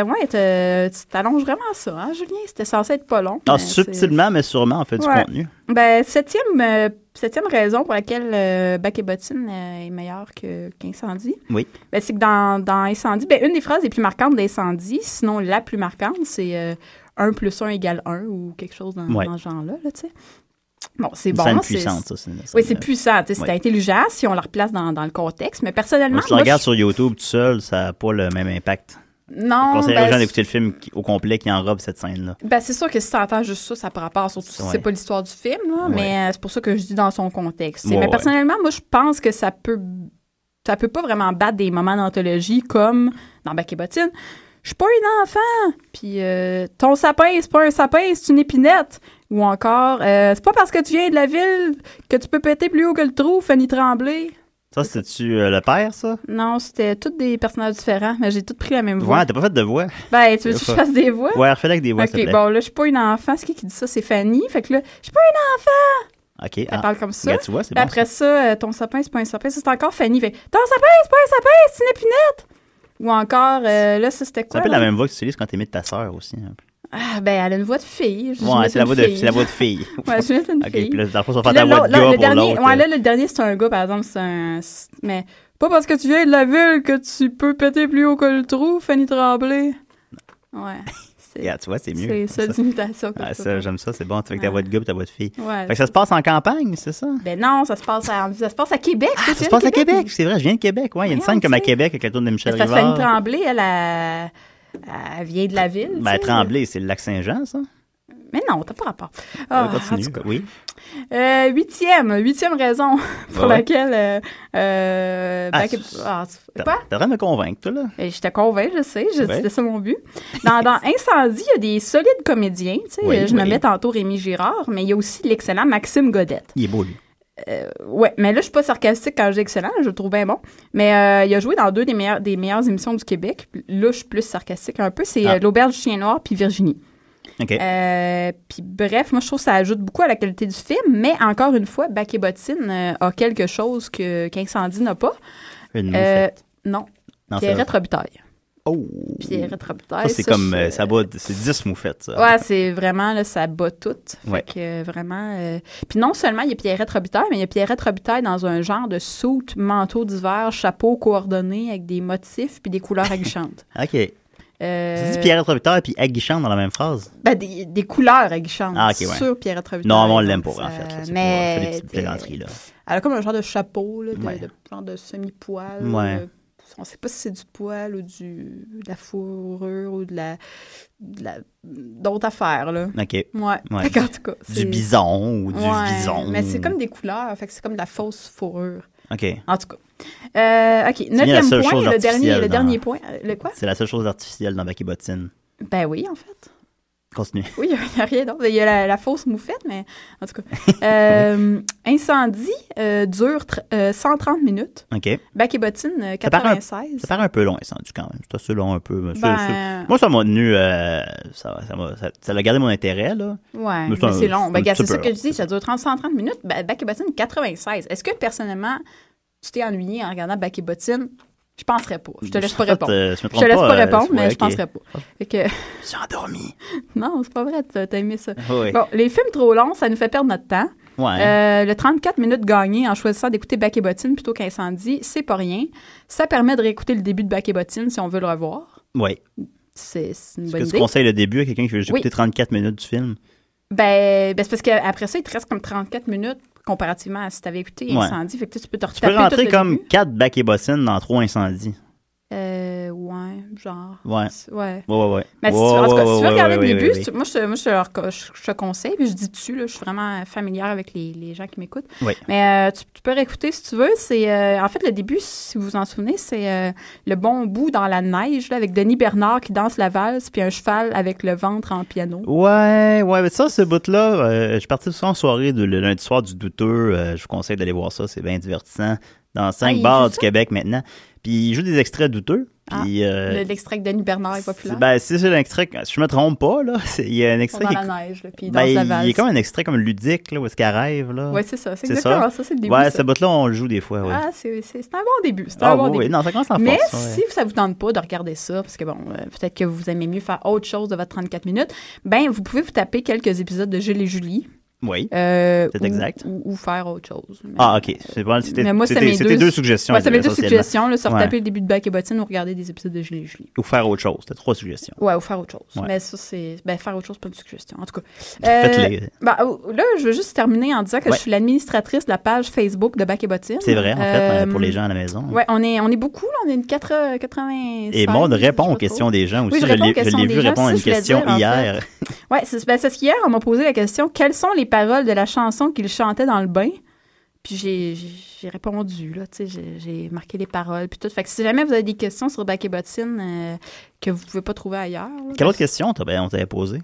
que, tu t'allonges vraiment ça, hein, Julien? C'était censé être pas long. Ah, subtilement, mais sûrement, on fait du contenu. Ben, septième raison pour laquelle Bac et bottine est meilleur qu'Incendie. Oui. Ben, c'est que dans Incendie, ben, une des phrases les plus marquantes d'Incendie, sinon la plus marquante, c'est 1 + 1 = 1 ou quelque chose dans ce genre-là, tu sais. Bon, c'est bon. C'est puissant, ça. Oui, c'est puissant. C'est intelligent si on le replace dans le contexte. Mais personnellement. Si tu le regardes sur YouTube tout seul, ça n'a pas le même impact. Non. Je conseillerais aux gens d'écouter le film au complet qui enrobe cette scène-là. Ben, c'est sûr que si tu entends juste ça, ça par rapport, surtout si c'est pas l'histoire du film, là, mais c'est pour ça que je dis dans son contexte. Mais personnellement, moi, je pense que ça peut pas vraiment battre des moments d'anthologie comme dans Bac et bottine. Je suis pas une enfant. Puis ton sapin, c'est pas un sapin, c'est une épinette. Ou encore, c'est pas parce que tu viens de la ville que tu peux péter plus haut que le trou, Fanny Tremblay. Ça, c'était-tu le père, ça? Non, c'était tous des personnages différents, mais j'ai toutes pris la même voix. Ouais, t'as pas fait de voix. Ben, tu veux que je fasse des voix? Ouais, refais-le avec des voix, s'il te plaît. Bon, là, je suis pas une enfant. C'est qui dit ça? C'est Fanny. Fait que là, je suis pas une enfant! OK. Elle parle comme ça. Ben, tu vois, c'est bon. Après ça, ton sapin, c'est pas un sapin. Ça, c'est encore Fanny. Fait, ton sapin, c'est pas un sapin, c'est une épinette! Ou encore, là, ça, c'était quoi? C'est un peu la même voix que tu utilises quand t'imites ta sœur aussi. Un peu. Ah, ben, elle a une voix de fille. Ouais, c'est la voix de fille. Ouais, je vais une fille. OK, puis là, dans le fond, ça va faire ta voix de gars pour l'autre. Ouais, là, le dernier, c'est un gars, par exemple. Mais pas parce que tu viens de la ville que tu peux péter plus haut que le trou, Fanny Tremblay. Ouais. Yeah, tu vois, c'est mieux. C'est ça, d'imitation. Ça, j'aime ça, c'est bon. Tu fais avec ta voix de gars et ta voix de fille. Ouais. Fait que ça se passe en campagne, c'est ça? Ben non, ça se passe à Québec. Ah, ça se passe à Québec, c'est vrai, je viens de Québec. Ouais, il y a une scène comme à Québec avec la tourne de Michel Rivard. Fanny Tremblay, elle vient de la ville. Ben, Tremblay, c'est le Lac-Saint-Jean, ça? Mais non, t'as pas rapport. Continue, oui. Huitième raison pour laquelle... T'as vraiment me convaincre, toi, là. Je te convainc, je sais. C'était ça mon but. Dans Incendie, il y a des solides comédiens. Tu sais, je me mets tantôt Rémi Girard, mais il y a aussi l'excellent Maxime Godette. Il est beau, lui. Ouais, mais là, je suis pas sarcastique quand je dis excellent, je le trouve bien bon. Mais il a joué dans 2 des meilleures émissions du Québec. Là, je suis plus sarcastique un peu. C'est L'Auberge du Chien Noir puis Virginie. OK. Puis bref, moi, je trouve que ça ajoute beaucoup à la qualité du film. Mais encore une fois, Bac et Bottine a quelque chose qu'Incendie n'a pas. Une moufette. Non. Pierrette Robitaille. Oh! Pierrette Robitaille. Ça, c'est comme, ça bat, c'est 10 moufettes, ça. Ouais, c'est vraiment, là, ça bat tout. Ouais. Fait que vraiment... Puis non seulement il y a Pierrette Robitaille, mais il y a Pierrette Robitaille dans un genre de soute, manteau d'hiver, chapeau coordonné avec des motifs puis des couleurs aguichantes. OK. Tu dis Pierrette Robitaille puis aguichante dans la même phrase? Ben, des couleurs aguichantes. Ah, OK, ouais. Sur Pierrette Robitaille. Non, on l'aime pas, en fait. Là. C'est mais... pour faire des petites plaisanteries, là. Elle a comme un genre de chapeau, là, Ouais. de genre de semi-poil. Ouais. On ne sait pas si c'est du poil ou de la fourrure ou d'autres affaires, là. OK. Ouais. Fait qu'en tout cas, du bison ou du vison. Mais c'est comme des couleurs, fait que c'est comme de la fausse fourrure. OK. En tout cas. OK. 9e point, le dernier point. Le quoi? C'est la seule chose artificielle dans Bac et Bottine. Ben oui, en fait. Continue. Oui, il n'y a rien d'autre. Il y a la fausse moufette, mais en tout cas. Incendie dure 130 minutes. OK. Bac et Bottine, 96. Ça paraît un peu long, Incendie, quand même. C'est assez long, un peu. Ben... Moi, ça m'a tenu... ça a gardé mon intérêt, là. Ouais, mais c'est long. Ben, c'est ça que je dis, ça dure 130 minutes. Bac et Bottine, 96. Est-ce que, personnellement, tu t'es ennuyé en regardant Bac et Bottine? Je penserais pas. Je te laisse pas répondre. Je te laisse pas répondre, mais je penserais pas. Fait que... Je suis endormi. Non, c'est pas vrai, t'as aimé ça. Oui. Bon, les films trop longs, ça nous fait perdre notre temps. Ouais. Le 34 minutes gagnées en choisissant d'écouter Bac et Bottine plutôt qu'Incendie, c'est pas rien. Ça permet de réécouter le début de Bac et Bottine si on veut le revoir. Oui. C'est une bonne Est-ce que idée. tu conseilles le début à quelqu'un qui veut juste écouter 34 minutes du film? Ben c'est parce qu'après ça, il te reste comme 34 minutes comparativement à si tu avais écouté Incendie. Fait que tu peux te retaper. Tu peux rentrer tout comme début. 4 Bac et Bottine dans 3 Incendies. Ouais, genre. Ouais. Ouais. Ouais. Mais en tout cas, si tu veux regarder le début, oui. moi, je te conseille, puis je dis dessus, là, je suis vraiment familière avec les gens qui m'écoutent. Oui. Mais tu peux réécouter si tu veux. C'est en fait, le début, si vous vous en souvenez, c'est le bon bout dans la neige, là, avec Denis Bernard qui danse la valse, puis un cheval avec le ventre en piano. Ouais, mais ça, ce bout-là, je suis parti souvent en soirée le lundi soir du Douteux. Je vous conseille d'aller voir ça, c'est bien divertissant. Dans 5 bars du Québec maintenant. Puis il joue des extraits douteux. Puis, l'extrait que Denis Bernard est populaire. Si c'est l'extrait, si je me trompe pas, là, il y a un extrait dans qui la neige, là, puis il danse la valse. Il y a comme un extrait comme ludique, là, où est-ce qu'elle rêve, là. Ouais, c'est ça. C'est exactement ça, c'est le début. Ouais, ce bout-là, on le joue des fois, ouais. Ah, c'est un bon début. C'est un bon début. Oui, non, ça commence en force. Mais si ça vous tente pas de regarder ça, parce que bon, peut-être que vous aimez mieux faire autre chose de votre 34 minutes, ben vous pouvez vous taper quelques épisodes de Gilles et Julie. Oui, c'est exact. Ou faire autre chose. Mais, OK. C'est bon, c'était deux suggestions. Ouais, c'est mes 2 suggestions. Là, se retaper le début de Bac et Bottine ou regarder des épisodes de Gilles et Julie. Ou faire autre chose. C'était 3 suggestions. Ouais, ou faire autre chose. Ouais. Mais ça, c'est... faire autre chose, pas une suggestion. En tout cas. Faites-les. Là, je veux juste terminer en disant que je suis l'administratrice de la page Facebook de Bac et Bottine. C'est vrai, en fait, pour les gens à la maison. Ouais, on est beaucoup. Là, on est une 80. Et Maud répond aux questions des gens aussi. Oui, je l'ai vu répondre à une question hier. Oui, c'est ce qu'hier, on m'a posé la question, quelles sont les paroles de la chanson qu'il chantait dans le bain? Puis j'ai répondu, là, tu sais, j'ai marqué les paroles, puis tout. Fait que si jamais vous avez des questions sur Bac et Bottine que vous pouvez pas trouver ailleurs... Là, quelle autre question on t'avait posée?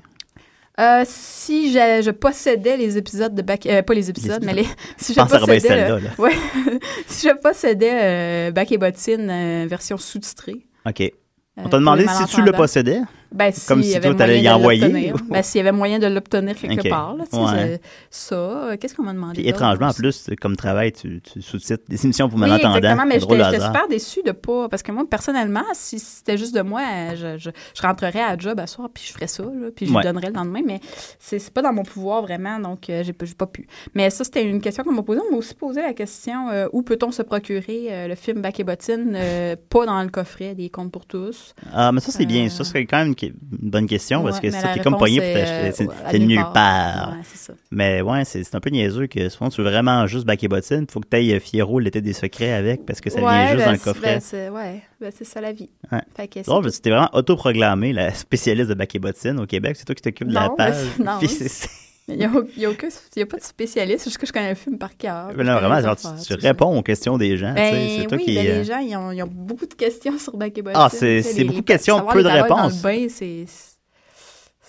Si je possédais les épisodes de Bac... pas les épisodes, mais si je possédais... Ouais, si je possédais Bac et Bottine version sous-titrée. OK. On t'a demandé si tu le possédais? Ben, comme si toi, t'allais y envoyer? Ben, s'il y avait moyen de l'obtenir quelque part. Là, ouais. Ça, qu'est-ce qu'on m'a demandé? Puis étrangement, en plus, comme travail, tu sous-titres des émissions pour malentendants. Exactement, mais j'étais super déçue de pas... Parce que moi, personnellement, si c'était juste de moi, je rentrerais à la job à soir, puis je ferais ça, là, puis je lui donnerais le lendemain, mais c'est pas dans mon pouvoir, vraiment, donc j'ai pas pu. Mais ça, c'était une question qu'on m'a posée. On m'a aussi posé la question, où peut-on se procurer le film Bac et Bottine, pas dans le coffret des Contes pour tous? Ah, mais ça, c'est bien. Ça serait quand même une bonne question, parce que ça, t'es comme pogné pour t'acheter. C'est nulle part. Ouais, c'est ça. Mais ouais, c'est un peu niaiseux que souvent, tu veux vraiment juste Bac et Bottine, il faut que tu ailles Fierro, l'été des secrets avec, parce que ça vient juste dans le coffret. C'est ça la vie. Ouais. Tu t'es vraiment autoproclamée la spécialiste de Bac et Bottine au Québec. C'est toi qui t'occupes de la page. Non, il n'y a pas de spécialiste, c'est juste que je connais le film par cœur. Mais non, vraiment, genre, tu réponds aux questions des gens. C'est toi qui... les gens, ils ont beaucoup de questions sur Bac et Bottine. Ah, c'est beaucoup de questions, peu de réponses. Dans le bain, c'est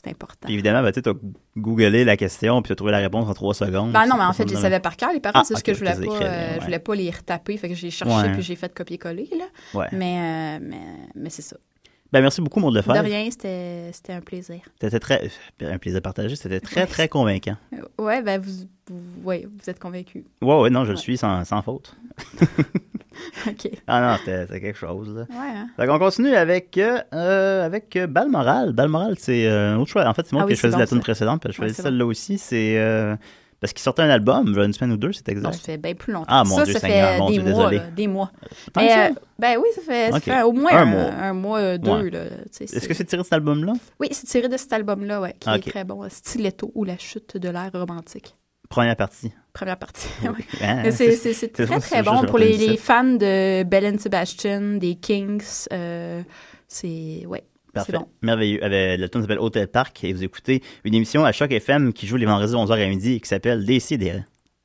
c'est important. Puis évidemment, ben, tu as googlé la question puis tu as trouvé la réponse en 3 secondes. Ben non, mais en fait, je les savais par cœur, les paroles. C'est juste que je voulais pas les retaper. Fait que j'ai cherché puis j'ai fait copier-coller. Là. Ouais. Mais c'est ça. Ben, merci beaucoup, Maud Lefebvre. De rien, c'était un plaisir. C'était un plaisir partagé. C'était très, très convaincant. Ouais, ben vous êtes convaincu. Ouais, non, je le suis sans faute. OK. Ah non, c'était quelque chose, là. Ouais, hein? Fait qu'on continue avec Balmoral. Balmoral, c'est un autre choix. En fait, c'est moi qui ai choisi la tune précédente, puis j'ai choisi celle-là aussi. C'est parce qu'il sortait un album, une semaine ou deux, c'est exact. Non, ça fait bien plus longtemps. Ah, mon Dieu Seigneur, mon Dieu, désolé. Des mois. Ben oui, ça fait au moins un mois, 2. Ouais. Là, est-ce que c'est tiré de cet album-là? Oui, c'est tiré de cet album-là, ouais, qui est très bon. Stiletto ou la chute de l'ère romantique. Première partie. Ouais. C'est très, très bon pour les fans de Belle and Sebastian, des Kings. Ouais. Parfait. C'est bon. Merveilleux. Le tune s'appelle Hotel Park et vous écoutez une émission à Choc FM qui joue les vendredis 11h à midi et qui s'appelle Décidérez.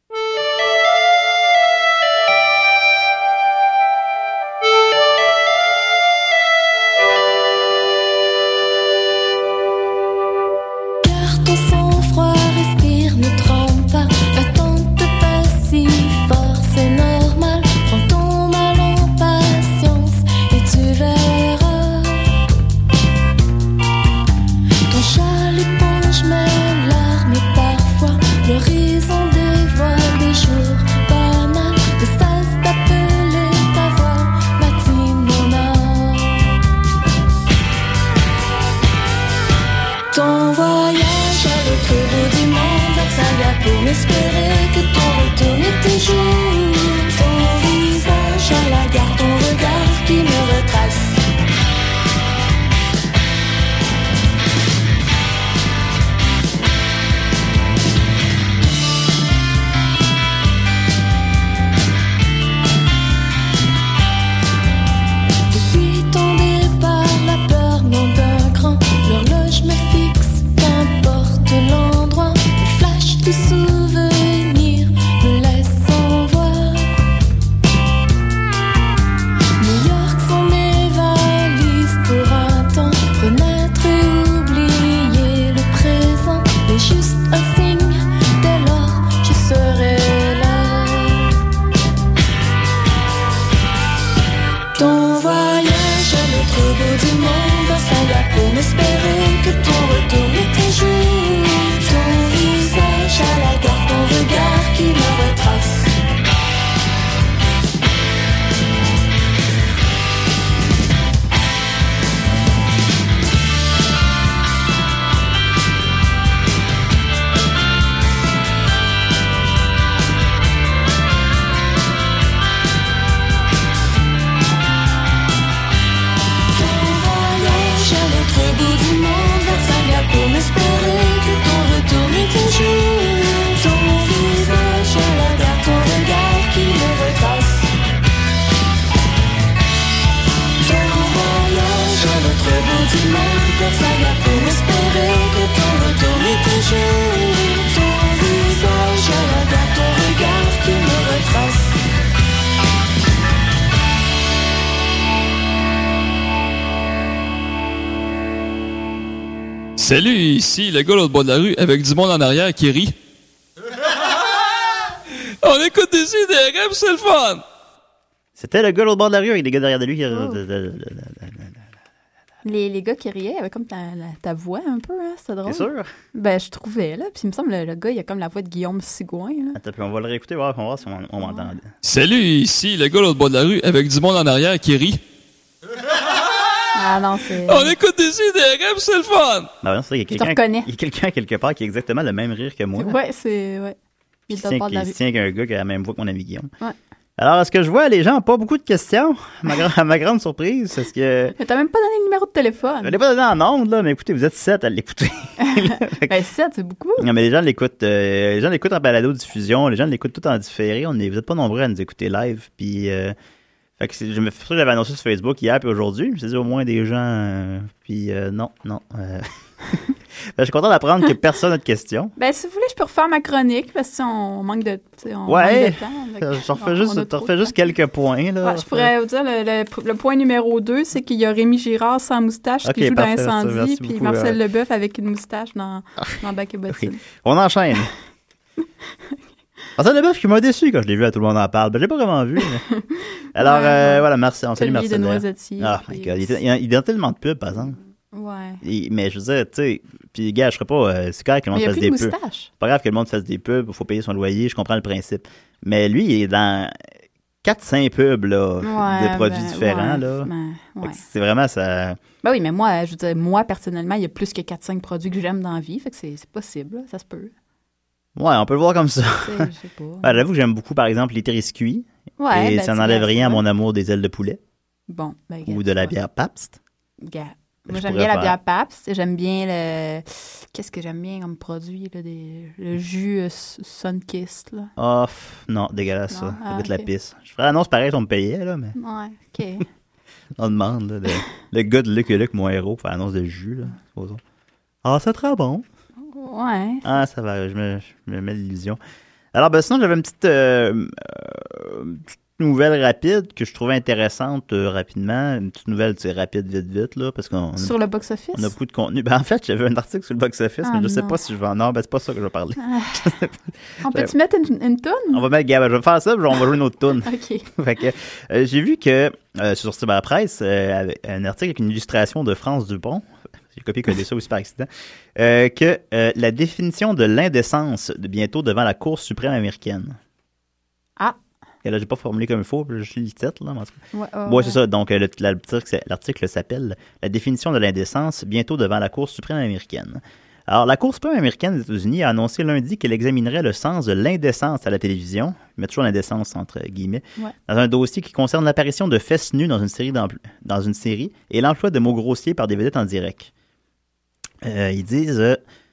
Salut, ici le gars l'autre bord de la rue avec du monde en arrière qui rit. On écoute des idées, c'est le fun! C'était le gars l'autre bord de la rue avec des gars derrière de lui qui... Les gars qui riaient avaient comme ta voix un peu, hein? C'est drôle. C'est sûr? Ben, je trouvais, là. Puis il me semble le gars, il a comme la voix de Guillaume Sigouin, là. Attends, puis on va le réécouter, on va voir si on m'entend. Salut, ici le gars l'autre bord de la rue avec du monde en arrière qui rit. Ah non, c'est... On écoute des idées, c'est le fun! Ben non, c'est vrai, il y a quelqu'un quelque part qui a exactement le même rire que moi. Ouais, c'est... Ouais. Il se tient qu'un gars qui a la même voix que mon ami Guillaume. Ouais. Alors, est-ce que je vois, les gens n'ont pas beaucoup de questions? À ma grande surprise, est-ce que... Mais t'as même pas donné le numéro de téléphone. Je l'ai pas donné en ondes, là, mais écoutez, vous êtes 7 à l'écouter. Ben 7, c'est beaucoup. Non, mais les gens l'écoutent en balado-diffusion, les gens l'écoutent tout en différé. Vous n'êtes pas nombreux à nous écouter live, puis... Fait que je me suis sûr que j'avais annoncé sur Facebook hier puis aujourd'hui. Je me suis dit au moins des gens. Puis non. Je suis content d'apprendre que personne n'a de questions. Ben, si vous voulez, je peux refaire ma chronique parce qu'on manque de, manque de temps. Je te refais juste quelques points. Là, ouais, je pourrais vous dire, le point numéro 2, c'est qu'il y a Rémi Girard sans moustache qui joue dans Incendie, puis Marcel Leboeuf avec une moustache dans Bac et Bottine. Okay. On enchaîne. Marcel Leboeuf qui m'a déçu quand je l'ai vu à Tout le monde en parle. Ben, je l'ai pas vraiment vu. Mais... Alors, voilà, merci. On salue Marcel. Ah, my God. Il y a tellement de pubs, par exemple. Ouais. Mais je veux dire, tu sais, puis gars, je serais pas. C'est correct que le monde fasse des pubs. C'est pas grave que le monde fasse des pubs, il faut payer son loyer, je comprends le principe. Mais lui, il est dans 4-5 pubs, là, de produits différents, là. C'est vraiment ça. Ben oui, mais moi, je veux dire, moi, personnellement, il y a plus que 4-5 produits que j'aime dans la vie, fait que c'est possible, là, ça se peut. Ouais, on peut le voir comme ça. Je sais pas. Ben, j'avoue que j'aime beaucoup, par exemple, les Tériscuits. Ouais, et ça n'enlève rien à mon amour des ailes de poulet. Bon, ben, ou de la bière Pabst. Moi, j'aime bien la bière Pabst. J'aime bien le... Qu'est-ce que j'aime bien comme produit, là, le jus Sunkist, là. Oh, non, dégueulasse, ça. Ça goûte la pisse. Je ferais l'annonce pareil si on me payait, là, mais... Ouais, OK. On demande, là, le gars de Luc et Luc, mon héros, pour faire l'annonce de jus, là. Supposons. Ah, c'est très bon. Ouais. Ah, ça va, je me mets l'illusion. Alors, ben sinon, j'avais une petite nouvelle rapide que je trouvais intéressante rapidement. Une petite nouvelle, tu sais, rapide, vite, là, parce qu'on... Sur le box-office? On a beaucoup de contenu. Ben, en fait, j'avais un article sur le box-office, mais je sais pas si je vais en... Non, ben, c'est pas ça que je vais parler. On peut-tu mettre une toune? On va mettre... je vais faire ça, puis on va jouer une autre toune. OK. Fait que j'ai vu que sur Cyberpresse, un article avec une illustration de France Dupont, j'ai copié-collé ça aussi par accident, que la définition de l'indécence de bientôt devant la Cour suprême américaine. Ah! Et là, j'ai pas formulé comme il faut, puis je lis le titre, là. Ouais, c'est ça. Donc, l'article s'appelle « La définition de l'indécence bientôt devant la Cour suprême américaine ». Alors, la Cour suprême américaine des États-Unis a annoncé lundi qu'elle examinerait le sens de l'indécence à la télévision, mais toujours l'indécence entre guillemets, dans un dossier qui concerne l'apparition de fesses nues dans une série et l'emploi de mots grossiers par des vedettes en direct. Ils disent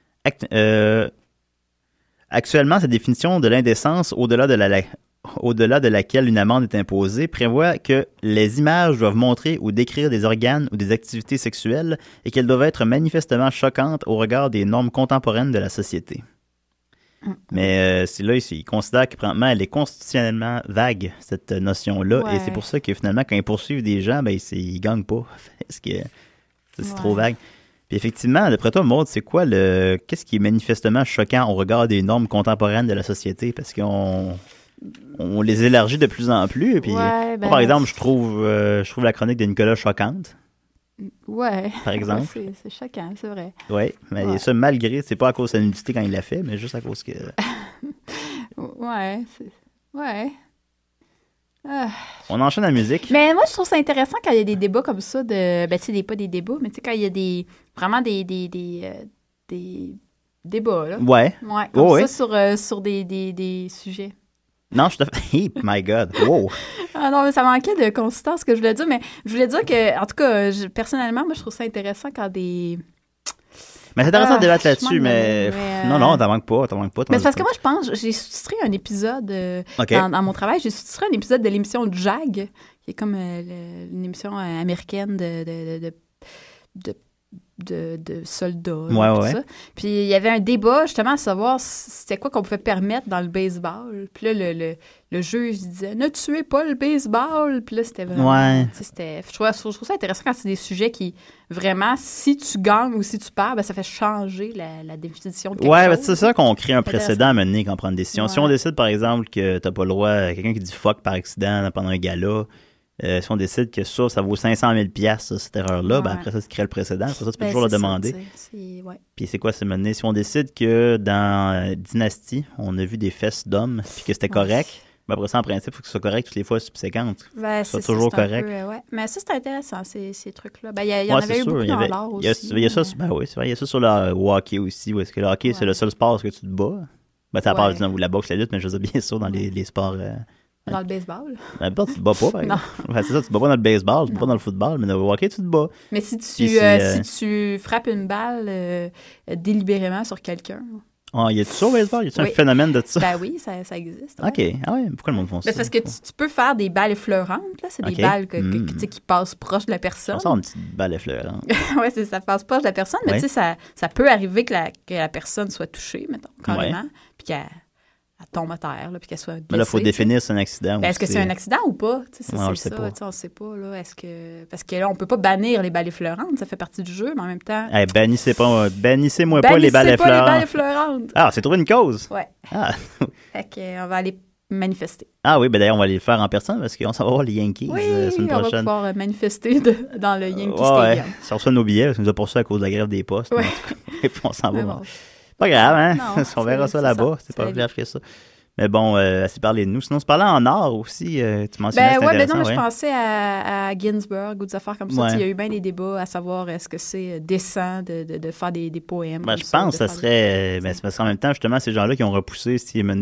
actuellement, cette définition de l'indécence, au-delà de laquelle une amende est imposée, prévoit que les images doivent montrer ou décrire des organes ou des activités sexuelles et qu'elles doivent être manifestement choquantes au regard des normes contemporaines de la société. Mais ils considèrent que présentement, elle est constitutionnellement vague, cette notion-là, et c'est pour ça que finalement, quand ils poursuivent des gens, ben, ils gagnent pas, parce que c'est trop vague. Puis effectivement, d'après toi, Maud, c'est quoi qu'est-ce qui est manifestement choquant au regard des normes contemporaines de la société? Parce qu'on les élargit de plus en plus. Et puis, moi, par exemple, je trouve la chronique de Nicolas choquante. Ouais. Par exemple. C'est choquant, c'est vrai. Oui, mais ça, malgré, c'est pas à cause de sa nudité quand il l'a fait, mais juste à cause que... Ouais. On enchaîne la musique. Mais moi, je trouve ça intéressant quand il y a des débats comme ça, ben, tu sais, pas des débats, mais tu sais, quand il y a vraiment des débats, là. Ouais. Comme ça, sur des sujets. Non, je te fais... my God, wow! Ah non, mais ça manquait de consistance, ce que je voulais dire, mais je voulais dire que, en tout cas, personnellement, moi, je trouve ça intéressant quand des... Mais c'est intéressant de débattre là-dessus, mais... Non, t'en manques pas. Mais c'est parce que moi, je pense, j'ai sous-titré un épisode dans mon travail, j'ai sous-titré un épisode de l'émission JAG, qui est comme une émission américaine de soldats. Ouais. Ça. Puis il y avait un débat justement à savoir c'était quoi qu'on pouvait permettre dans le baseball. Puis là, le juge disait « Ne tuez pas le baseball! » Puis là, c'était vraiment... Ouais. Je trouve ça intéressant quand c'est des sujets qui, vraiment, si tu gagnes ou si tu perds, ben, ça fait changer la définition de quelque chose. Ben, c'est ça qu'on crée un précédent à mener quand on prend une décision. Ouais. Si on décide, par exemple, que t'as pas le droit à quelqu'un qui dit « fuck » par accident pendant un gala, si on décide que ça vaut 500 000 $, cette erreur-là, ben après ça, tu crées le précédent. Après ça, tu peux toujours le demander. Puis c'est quoi, c'est mené? Si on décide que dans Dynasty, on a vu des fesses d'hommes puis que c'était correct, ben après ça, en principe, il faut que ce soit correct toutes les fois subséquentes. C'est toujours correct. Mais ça, c'est intéressant, ces trucs-là. Ben, il y en avait eu beaucoup dans l'art aussi. Il y a ça, ben oui, c'est vrai. Il y a ça sur le hockey aussi, où est-ce que le hockey, c'est le seul sport où tu te bats. Ben, ça part de la boxe, la lutte, mais je veux dire, bien sûr, dans les sports... Dans le baseball? Tu te bats pas, par exemple. C'est ça, tu te bats pas dans le baseball, tu te bats pas dans le football, mais dans le hockey, tu te bats. Mais si tu frappes une balle délibérément sur quelqu'un... Oh, y a-tu ça au baseball? Y a-tu un phénomène de ça? Ben oui, ça existe. Ouais. OK. Ah ouais, pourquoi le monde font ça? C'est parce que tu peux faire des balles effleurantes, là. C'est des balles qui passent proche de la personne. Ça, une petite balle effleurante. Oui, ça passe proche de la personne, mais tu sais, ça peut arriver que la personne soit touchée, mettons, carrément, puis qu'elle tombe à terre, là, puis qu'elle soit blessée. Mais là, il faut définir si c'est un accident. Ben, est-ce que c'est un accident ou pas? C'est ça, on ne sait pas. Là, parce que là, on ne peut pas bannir les balles effleurantes, ça fait partie du jeu, mais en même temps... Bannissez-moi pas les balles effleurantes. Ah, c'est trouver une cause. Oui. Ah. Fait qu'on va aller manifester. Ah oui, ben d'ailleurs, on va aller le faire en personne parce qu'on s'en va voir les Yankees la semaine prochaine. On va pouvoir manifester dans le Yankee Stadium. Si on reçoit nos billets, parce qu'on nous a poursuivis à cause de la grève des postes. Ouais. Et puis on s'en va. Bon. Pas grave, hein? Non, on verra ça là-bas. C'est pas grave que ça. Mais bon, assez parlé de nous. Sinon, on se parlait en art aussi. Tu mentionnais je pensais à Ginsberg ou des affaires comme ça. Il y a eu bien des débats à savoir est-ce que c'est décent de faire des poèmes. Ben, je pense que ça serait... c'est parce qu'en même temps, justement, ces gens-là qui ont repoussé, mené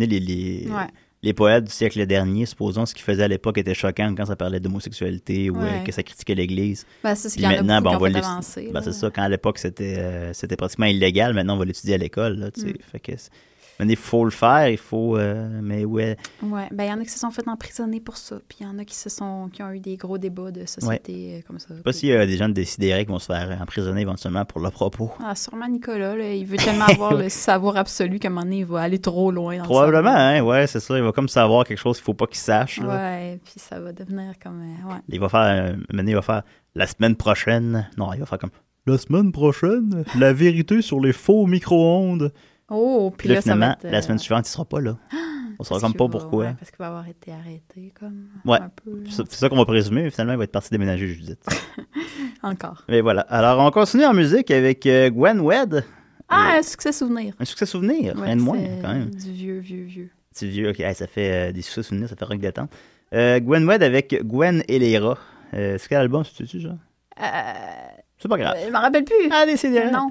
les poètes du siècle dernier, supposons, ce qu'ils faisaient à l'époque était choquant quand ça parlait d'homosexualité ou que ça critiquait l'Église. Ben, ça, c'est qu'il y en a beaucoup qui ont fait avancer. C'est ça, quand à l'époque, c'était pratiquement illégal. Maintenant, on va l'étudier à l'école. Là, fait que... Mais il faut le faire, il faut... mais ouais. Ouais, ben il y en a qui se sont fait emprisonner pour ça, puis il y en a qui ont eu des gros débats de société comme ça. Je sais pas s'il y a des gens de Décideret qui vont se faire emprisonner éventuellement pour leurs propos. Ah, sûrement Nicolas, là, il veut tellement avoir le savoir absolu qu'à un moment donné, il va aller trop loin. Probablement, hein, ouais, c'est ça. Il va comme savoir quelque chose qu'il faut pas qu'il sache. Là. Ouais, puis ça va devenir comme... Il va faire la semaine prochaine... Non, il va faire comme... La semaine prochaine, la vérité sur les faux micro-ondes. Oh, puis là, finalement, ça va être, la semaine suivante, il sera pas là. On saura comme pas pourquoi. Ouais, parce qu'il va avoir été arrêté, comme un peu. C'est ça qu'on va présumer, mais finalement, il va être parti déménager, Judith. Encore. Mais voilà. Alors, on continue en musique avec Gwen Wed. Un succès souvenir. Un succès souvenir, rien de moins, quand même. Du vieux. Du vieux, ok. Ça fait des succès souvenirs, ça fait rock détente. Gwen Wed avec Gwen et les rats. C'est quel album, sais-tu, genre? C'est pas grave. Je m'en rappelle plus. Ah, décidément. Non.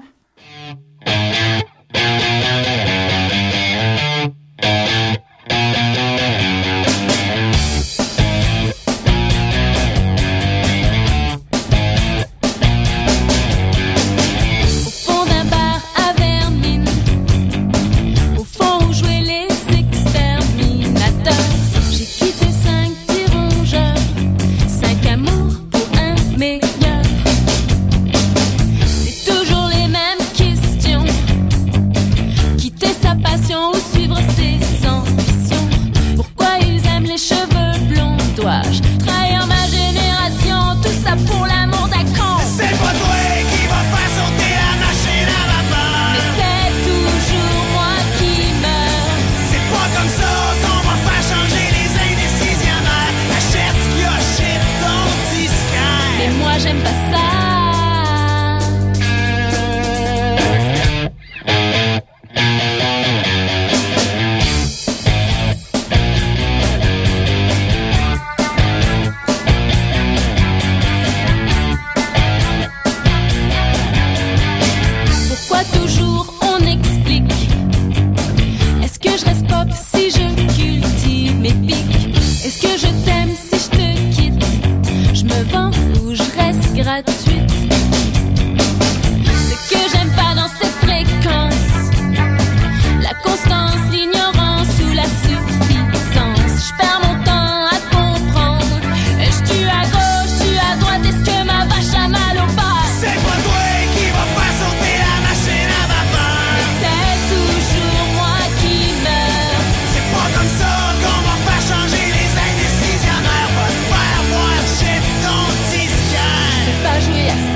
Jouer à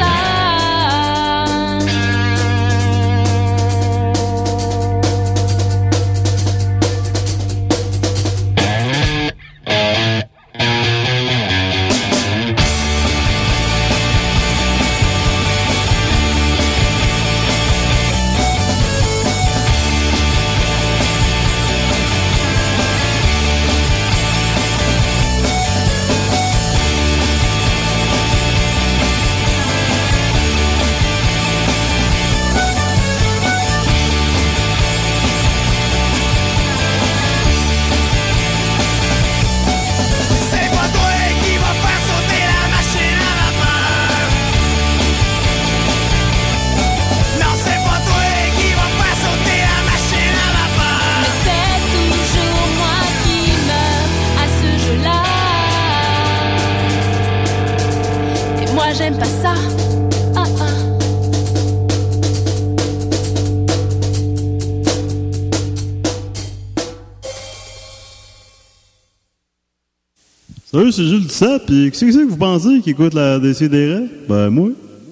j'aime pas ça. Ah, ah. Salut, c'est Jules Duceppe, pis qu'est-ce que vous pensez qui écoute la Décideret? Ben, moi.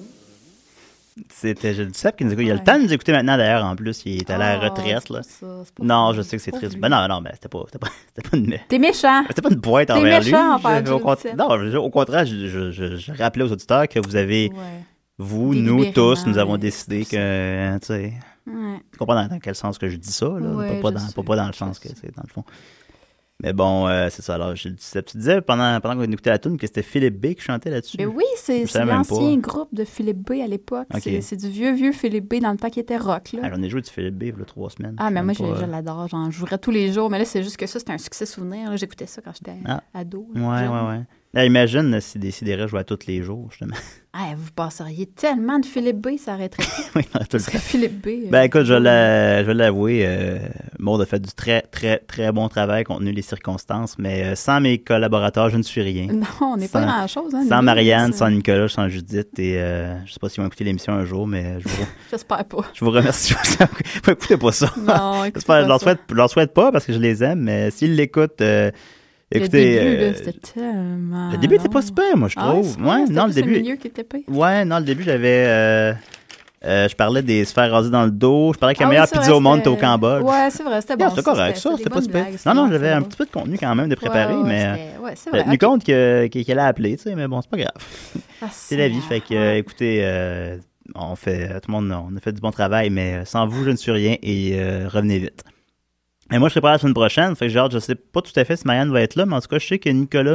C'était Jules Duceppe qui nous écoute. Il a le temps de nous écouter maintenant, d'ailleurs, en plus. Il est à la retraite, là. Non, je sais que c'est triste. Ben non, mais c'était pas une... T'es méchant. C'était pas une pointe envers lui. Méchant envers Non, au contraire, je rappelais aux auditeurs que vous avez... Vous, nous, tous, nous avons décidé que, tu sais... Tu comprends dans quel sens que je dis ça, là? Pas dans le sens que c'est, dans le fond. Mais bon, c'est ça. Alors, tu disais pendant qu'on écoutait la tune que c'était Philippe B qui chantait là-dessus. Mais oui, c'est l'ancien groupe de Philippe B à l'époque. Okay. C'est du vieux Philippe B dans le temps qui était rock. Là. Ah, j'en ai joué du Philippe B il y a 3 semaines. Ah, mais moi, je l'adore. J'en jouerais tous les jours. Mais là, c'est juste que ça, c'était un succès souvenir. Là. J'écoutais ça quand j'étais ado. Ouais. Là, imagine si Décideret jouait tous les jours, justement. Ah, vous passeriez tellement de Philippe B, ça arrêterait pas. Oui, tout le temps. Philippe B. Ben écoute, je vais l'avouer, Maud a fait du très, très, très bon travail compte tenu des circonstances, mais sans mes collaborateurs, je ne suis rien. Non, on n'est pas grand-chose. Hein, sans Marianne, sans Nicolas, sans Judith, et je sais pas s'ils vont écouter l'émission un jour, mais j'espère pas. Je vous remercie. Écoutez pas ça. Non, écoutez pas ça. Je leur souhaite pas parce que je les aime, mais s'ils l'écoutent... écoutez, le début, c'était tellement... Le début était pas super, moi, je trouve. Le milieu qui était pire. Ouais, non, le début, j'avais... je parlais des sphères rasées dans le dos. Je parlais que la meilleure pizza au monde était au Cambodge. Ouais, c'est vrai, c'était bon. C'était correct, ça. C'était pas super. Non, j'avais un petit peu de contenu quand même de préparer, mais... Ouais, c'est vrai. Tenu compte qu'elle a appelé, tu sais, mais bon, c'est pas grave. C'est la vie. Fait que, écoutez, tout le monde, on a fait du bon travail, mais sans vous, je ne suis rien et revenez vite. Et moi, je serai pas la semaine prochaine. Fait que genre, je sais pas tout à fait si Marianne va être là, mais en tout cas, je sais que Nicolas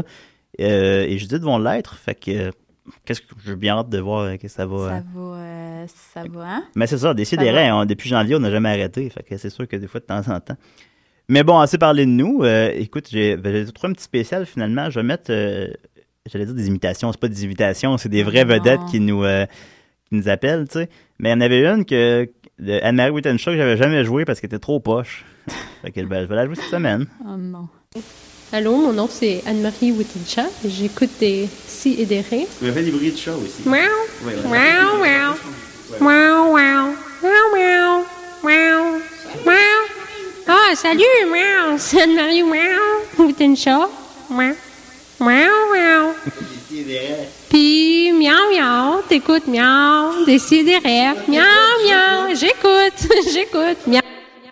et Judith vont l'être. Fait que, qu'est-ce que j'ai bien hâte de voir que ça va. Ça va, hein? Mais c'est ça, Décideret, depuis janvier, on n'a jamais arrêté. Fait que c'est sûr que des fois, de temps en temps. Mais bon, assez parlé de nous. Écoute, j'ai trouvé un petit spécial finalement. Je vais mettre, j'allais dire des imitations. C'est pas des imitations, c'est des vraies vedettes qui nous appellent, tu sais. Mais il y en avait une de Anne-Marie Wittenshaw que j'avais jamais joué parce qu'elle était trop poche. Fait que je vais la jouer cette semaine. Oh non. Allô, mon nom c'est Anne-Marie Wittenshaw. J'écoute des si et des ré. Tu me fais des bruits de chat aussi. Miaou. Oui, miaou, miaou. Miaou, miaou. Miaou, miaou. Miaou. Miaou. Ah, salut, miaou. C'est Anne-Marie, miaou. Wittenshaw. Miaou. Miaou, miaou. Puis, miaou, miaou. T'écoutes, miaou. Des si et des ré. Miaou, miaou. J'écoute, miaou.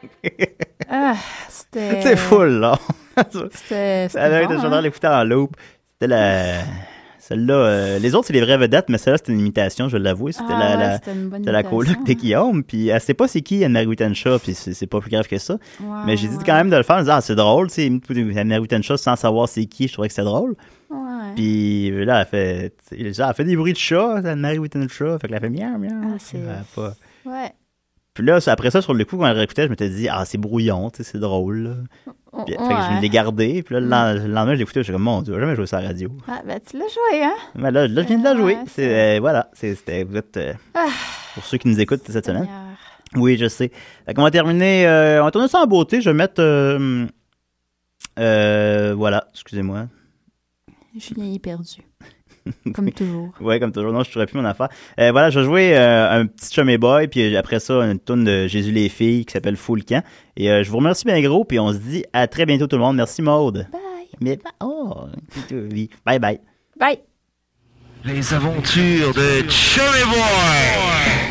C'était... C'est full, là. C'était bon, bon, j'adore l'écouter en loop. C'était celle-là. Les autres, c'est les vraies vedettes, mais celle-là, c'était une imitation, je vais l'avouer. C'était la coloc de Guillaume. Puis elle sait pas c'est qui Anne-Marie Wittenshaw, puis c'est pas plus grave que ça. Mais j'ai dit quand même de le faire. Je me disais, c'est drôle, tu sais, Anne-Marie Wittenshaw sans savoir c'est qui, je trouvais que c'était drôle. Ouais. Puis là, elle fait des bruits de chat, Anne-Marie Wittenshaw. Fait que elle fait miaou, miaou. Ouais. Puis là, après ça, sur le coup, quand elle réécoutait, je m'étais dit, c'est brouillon, tu sais, c'est drôle, là. Puis, fait que je l'ai gardé. Puis là, le lendemain, je l'écoutais, je suis comme, mon Dieu, j'ai jamais joué ça à la radio. Ah, ben, tu l'as joué, hein? Ben là, je viens de la jouer. Voilà, c'était, vous êtes, pour ceux qui nous écoutent cette semaine. Oui, je sais. Fait qu'on va terminer, on va tourner ça en beauté. Je vais mettre, voilà, excusez-moi. Julien est perdu. Comme toujours. Ouais, comme toujours. Non, je ne saurais plus mon affaire. Voilà, je vais jouer un petit Chummy Boy, puis après ça, une tourne de Jésus les filles qui s'appelle Full Camp. Et je vous remercie bien gros, puis on se dit à très bientôt tout le monde. Merci Maude. Bye. Bye bye. Bye. Les aventures de Chummy Boy.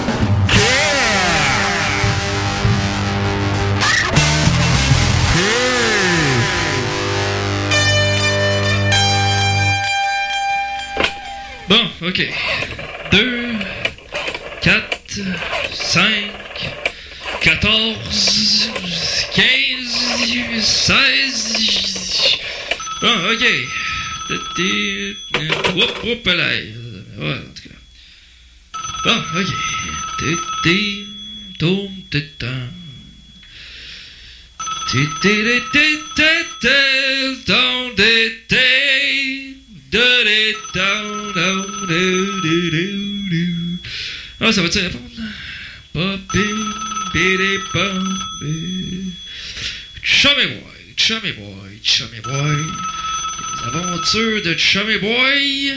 Bon, ok. 2, 4, 5, 14, 15, 16... Bon, ok. Hop là. Ouais, en tout cas. Bon, ok. Ah, ça va-tu répondre? Chummy Boy. Les aventures aventures de Chummy Boy.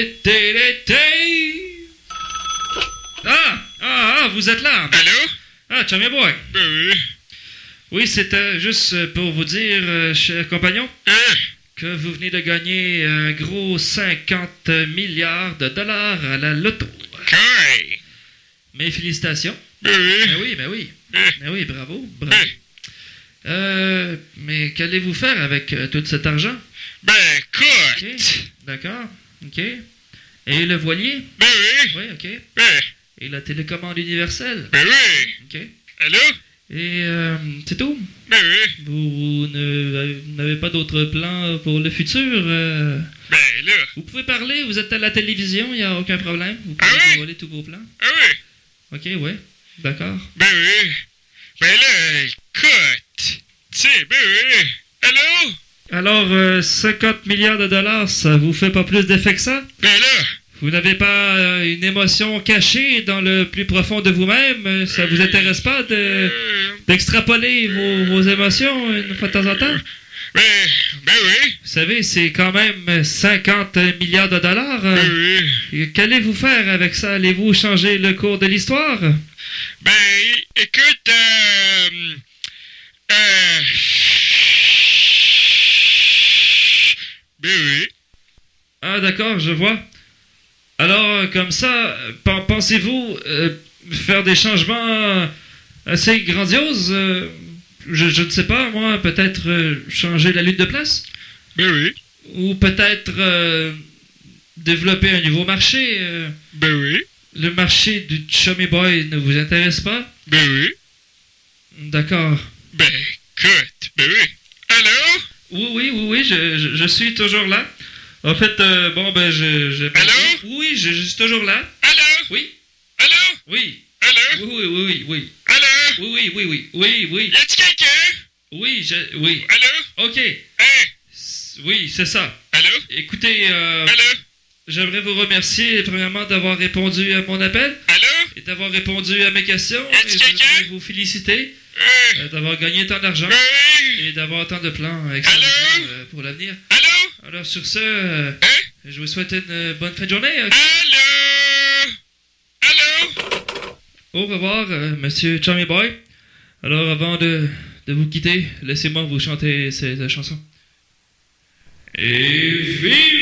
Ah, vous êtes là. Allô? Ah, Chummy Boy. Ben oui. Oui, c'était juste pour vous dire, cher compagnon, que vous venez de gagner un gros 50 milliards de dollars à la loto. Okay. Mes félicitations. Ben oui. Ben oui, bravo. Mais qu'allez-vous faire avec tout cet argent? Ben, écoute. Okay. D'accord. OK. Et le voilier? Ben oui. Oui, OK. Ben. Et la télécommande universelle? Ben oui. OK. Allô? Et c'est tout? Ben oui. Vous n'avez pas d'autres plans pour le futur? Ben là. Vous pouvez parler, vous êtes à la télévision, il n'y a aucun problème. Vous pouvez dévoiler tous vos plans. Ah oui. OK, ouais. D'accord. Ben oui. Ben là, écoute. Tiens, ben oui. Allô? Alors, 50 milliards de dollars, ça vous fait pas plus d'effet que ça? Ben là. Vous n'avez pas une émotion cachée dans le plus profond de vous-même? Ça vous intéresse pas d'extrapoler vos émotions une fois de temps en temps? Ben oui. Vous savez, c'est quand même 50 milliards de dollars. Ben oui. Qu'allez-vous faire avec ça? Allez-vous changer le cours de l'histoire? Ben, écoute, ben oui. Ah, d'accord, je vois. Alors, comme ça, pensez-vous faire des changements assez grandioses? Je ne sais pas, moi, peut-être changer la lutte de place? Ben oui. Ou peut-être développer un nouveau marché? Ben oui. Le marché du Chummy Boy ne vous intéresse pas? Ben oui. D'accord. Ben, écoute, ben oui. Allô? Oui, je suis toujours là. En fait, je... Allô? Oui, je suis toujours là. Allô? Oui. Allô? Oui. Allô? Oui. Allô? Oui. Y a-tu quelqu'un? Oui. Allô? OK. Hein? Oui, c'est ça. Allô? Écoutez, Allô? j'aimerais vous remercier, premièrement, d'avoir répondu à mon appel. Allô? Et d'avoir répondu à mes questions. Y a-tu et quelqu'un? je voudrais vous féliciter d'avoir gagné tant d'argent. Oui. Et d'avoir tant de plans excellents pour l'avenir. Allô? Alors, sur ce, je vous souhaite une bonne fin de journée. Okay? Allô? Au revoir, monsieur Chummy Boy. Alors, avant de vous quitter, laissez-moi vous chanter cette chanson. Et vive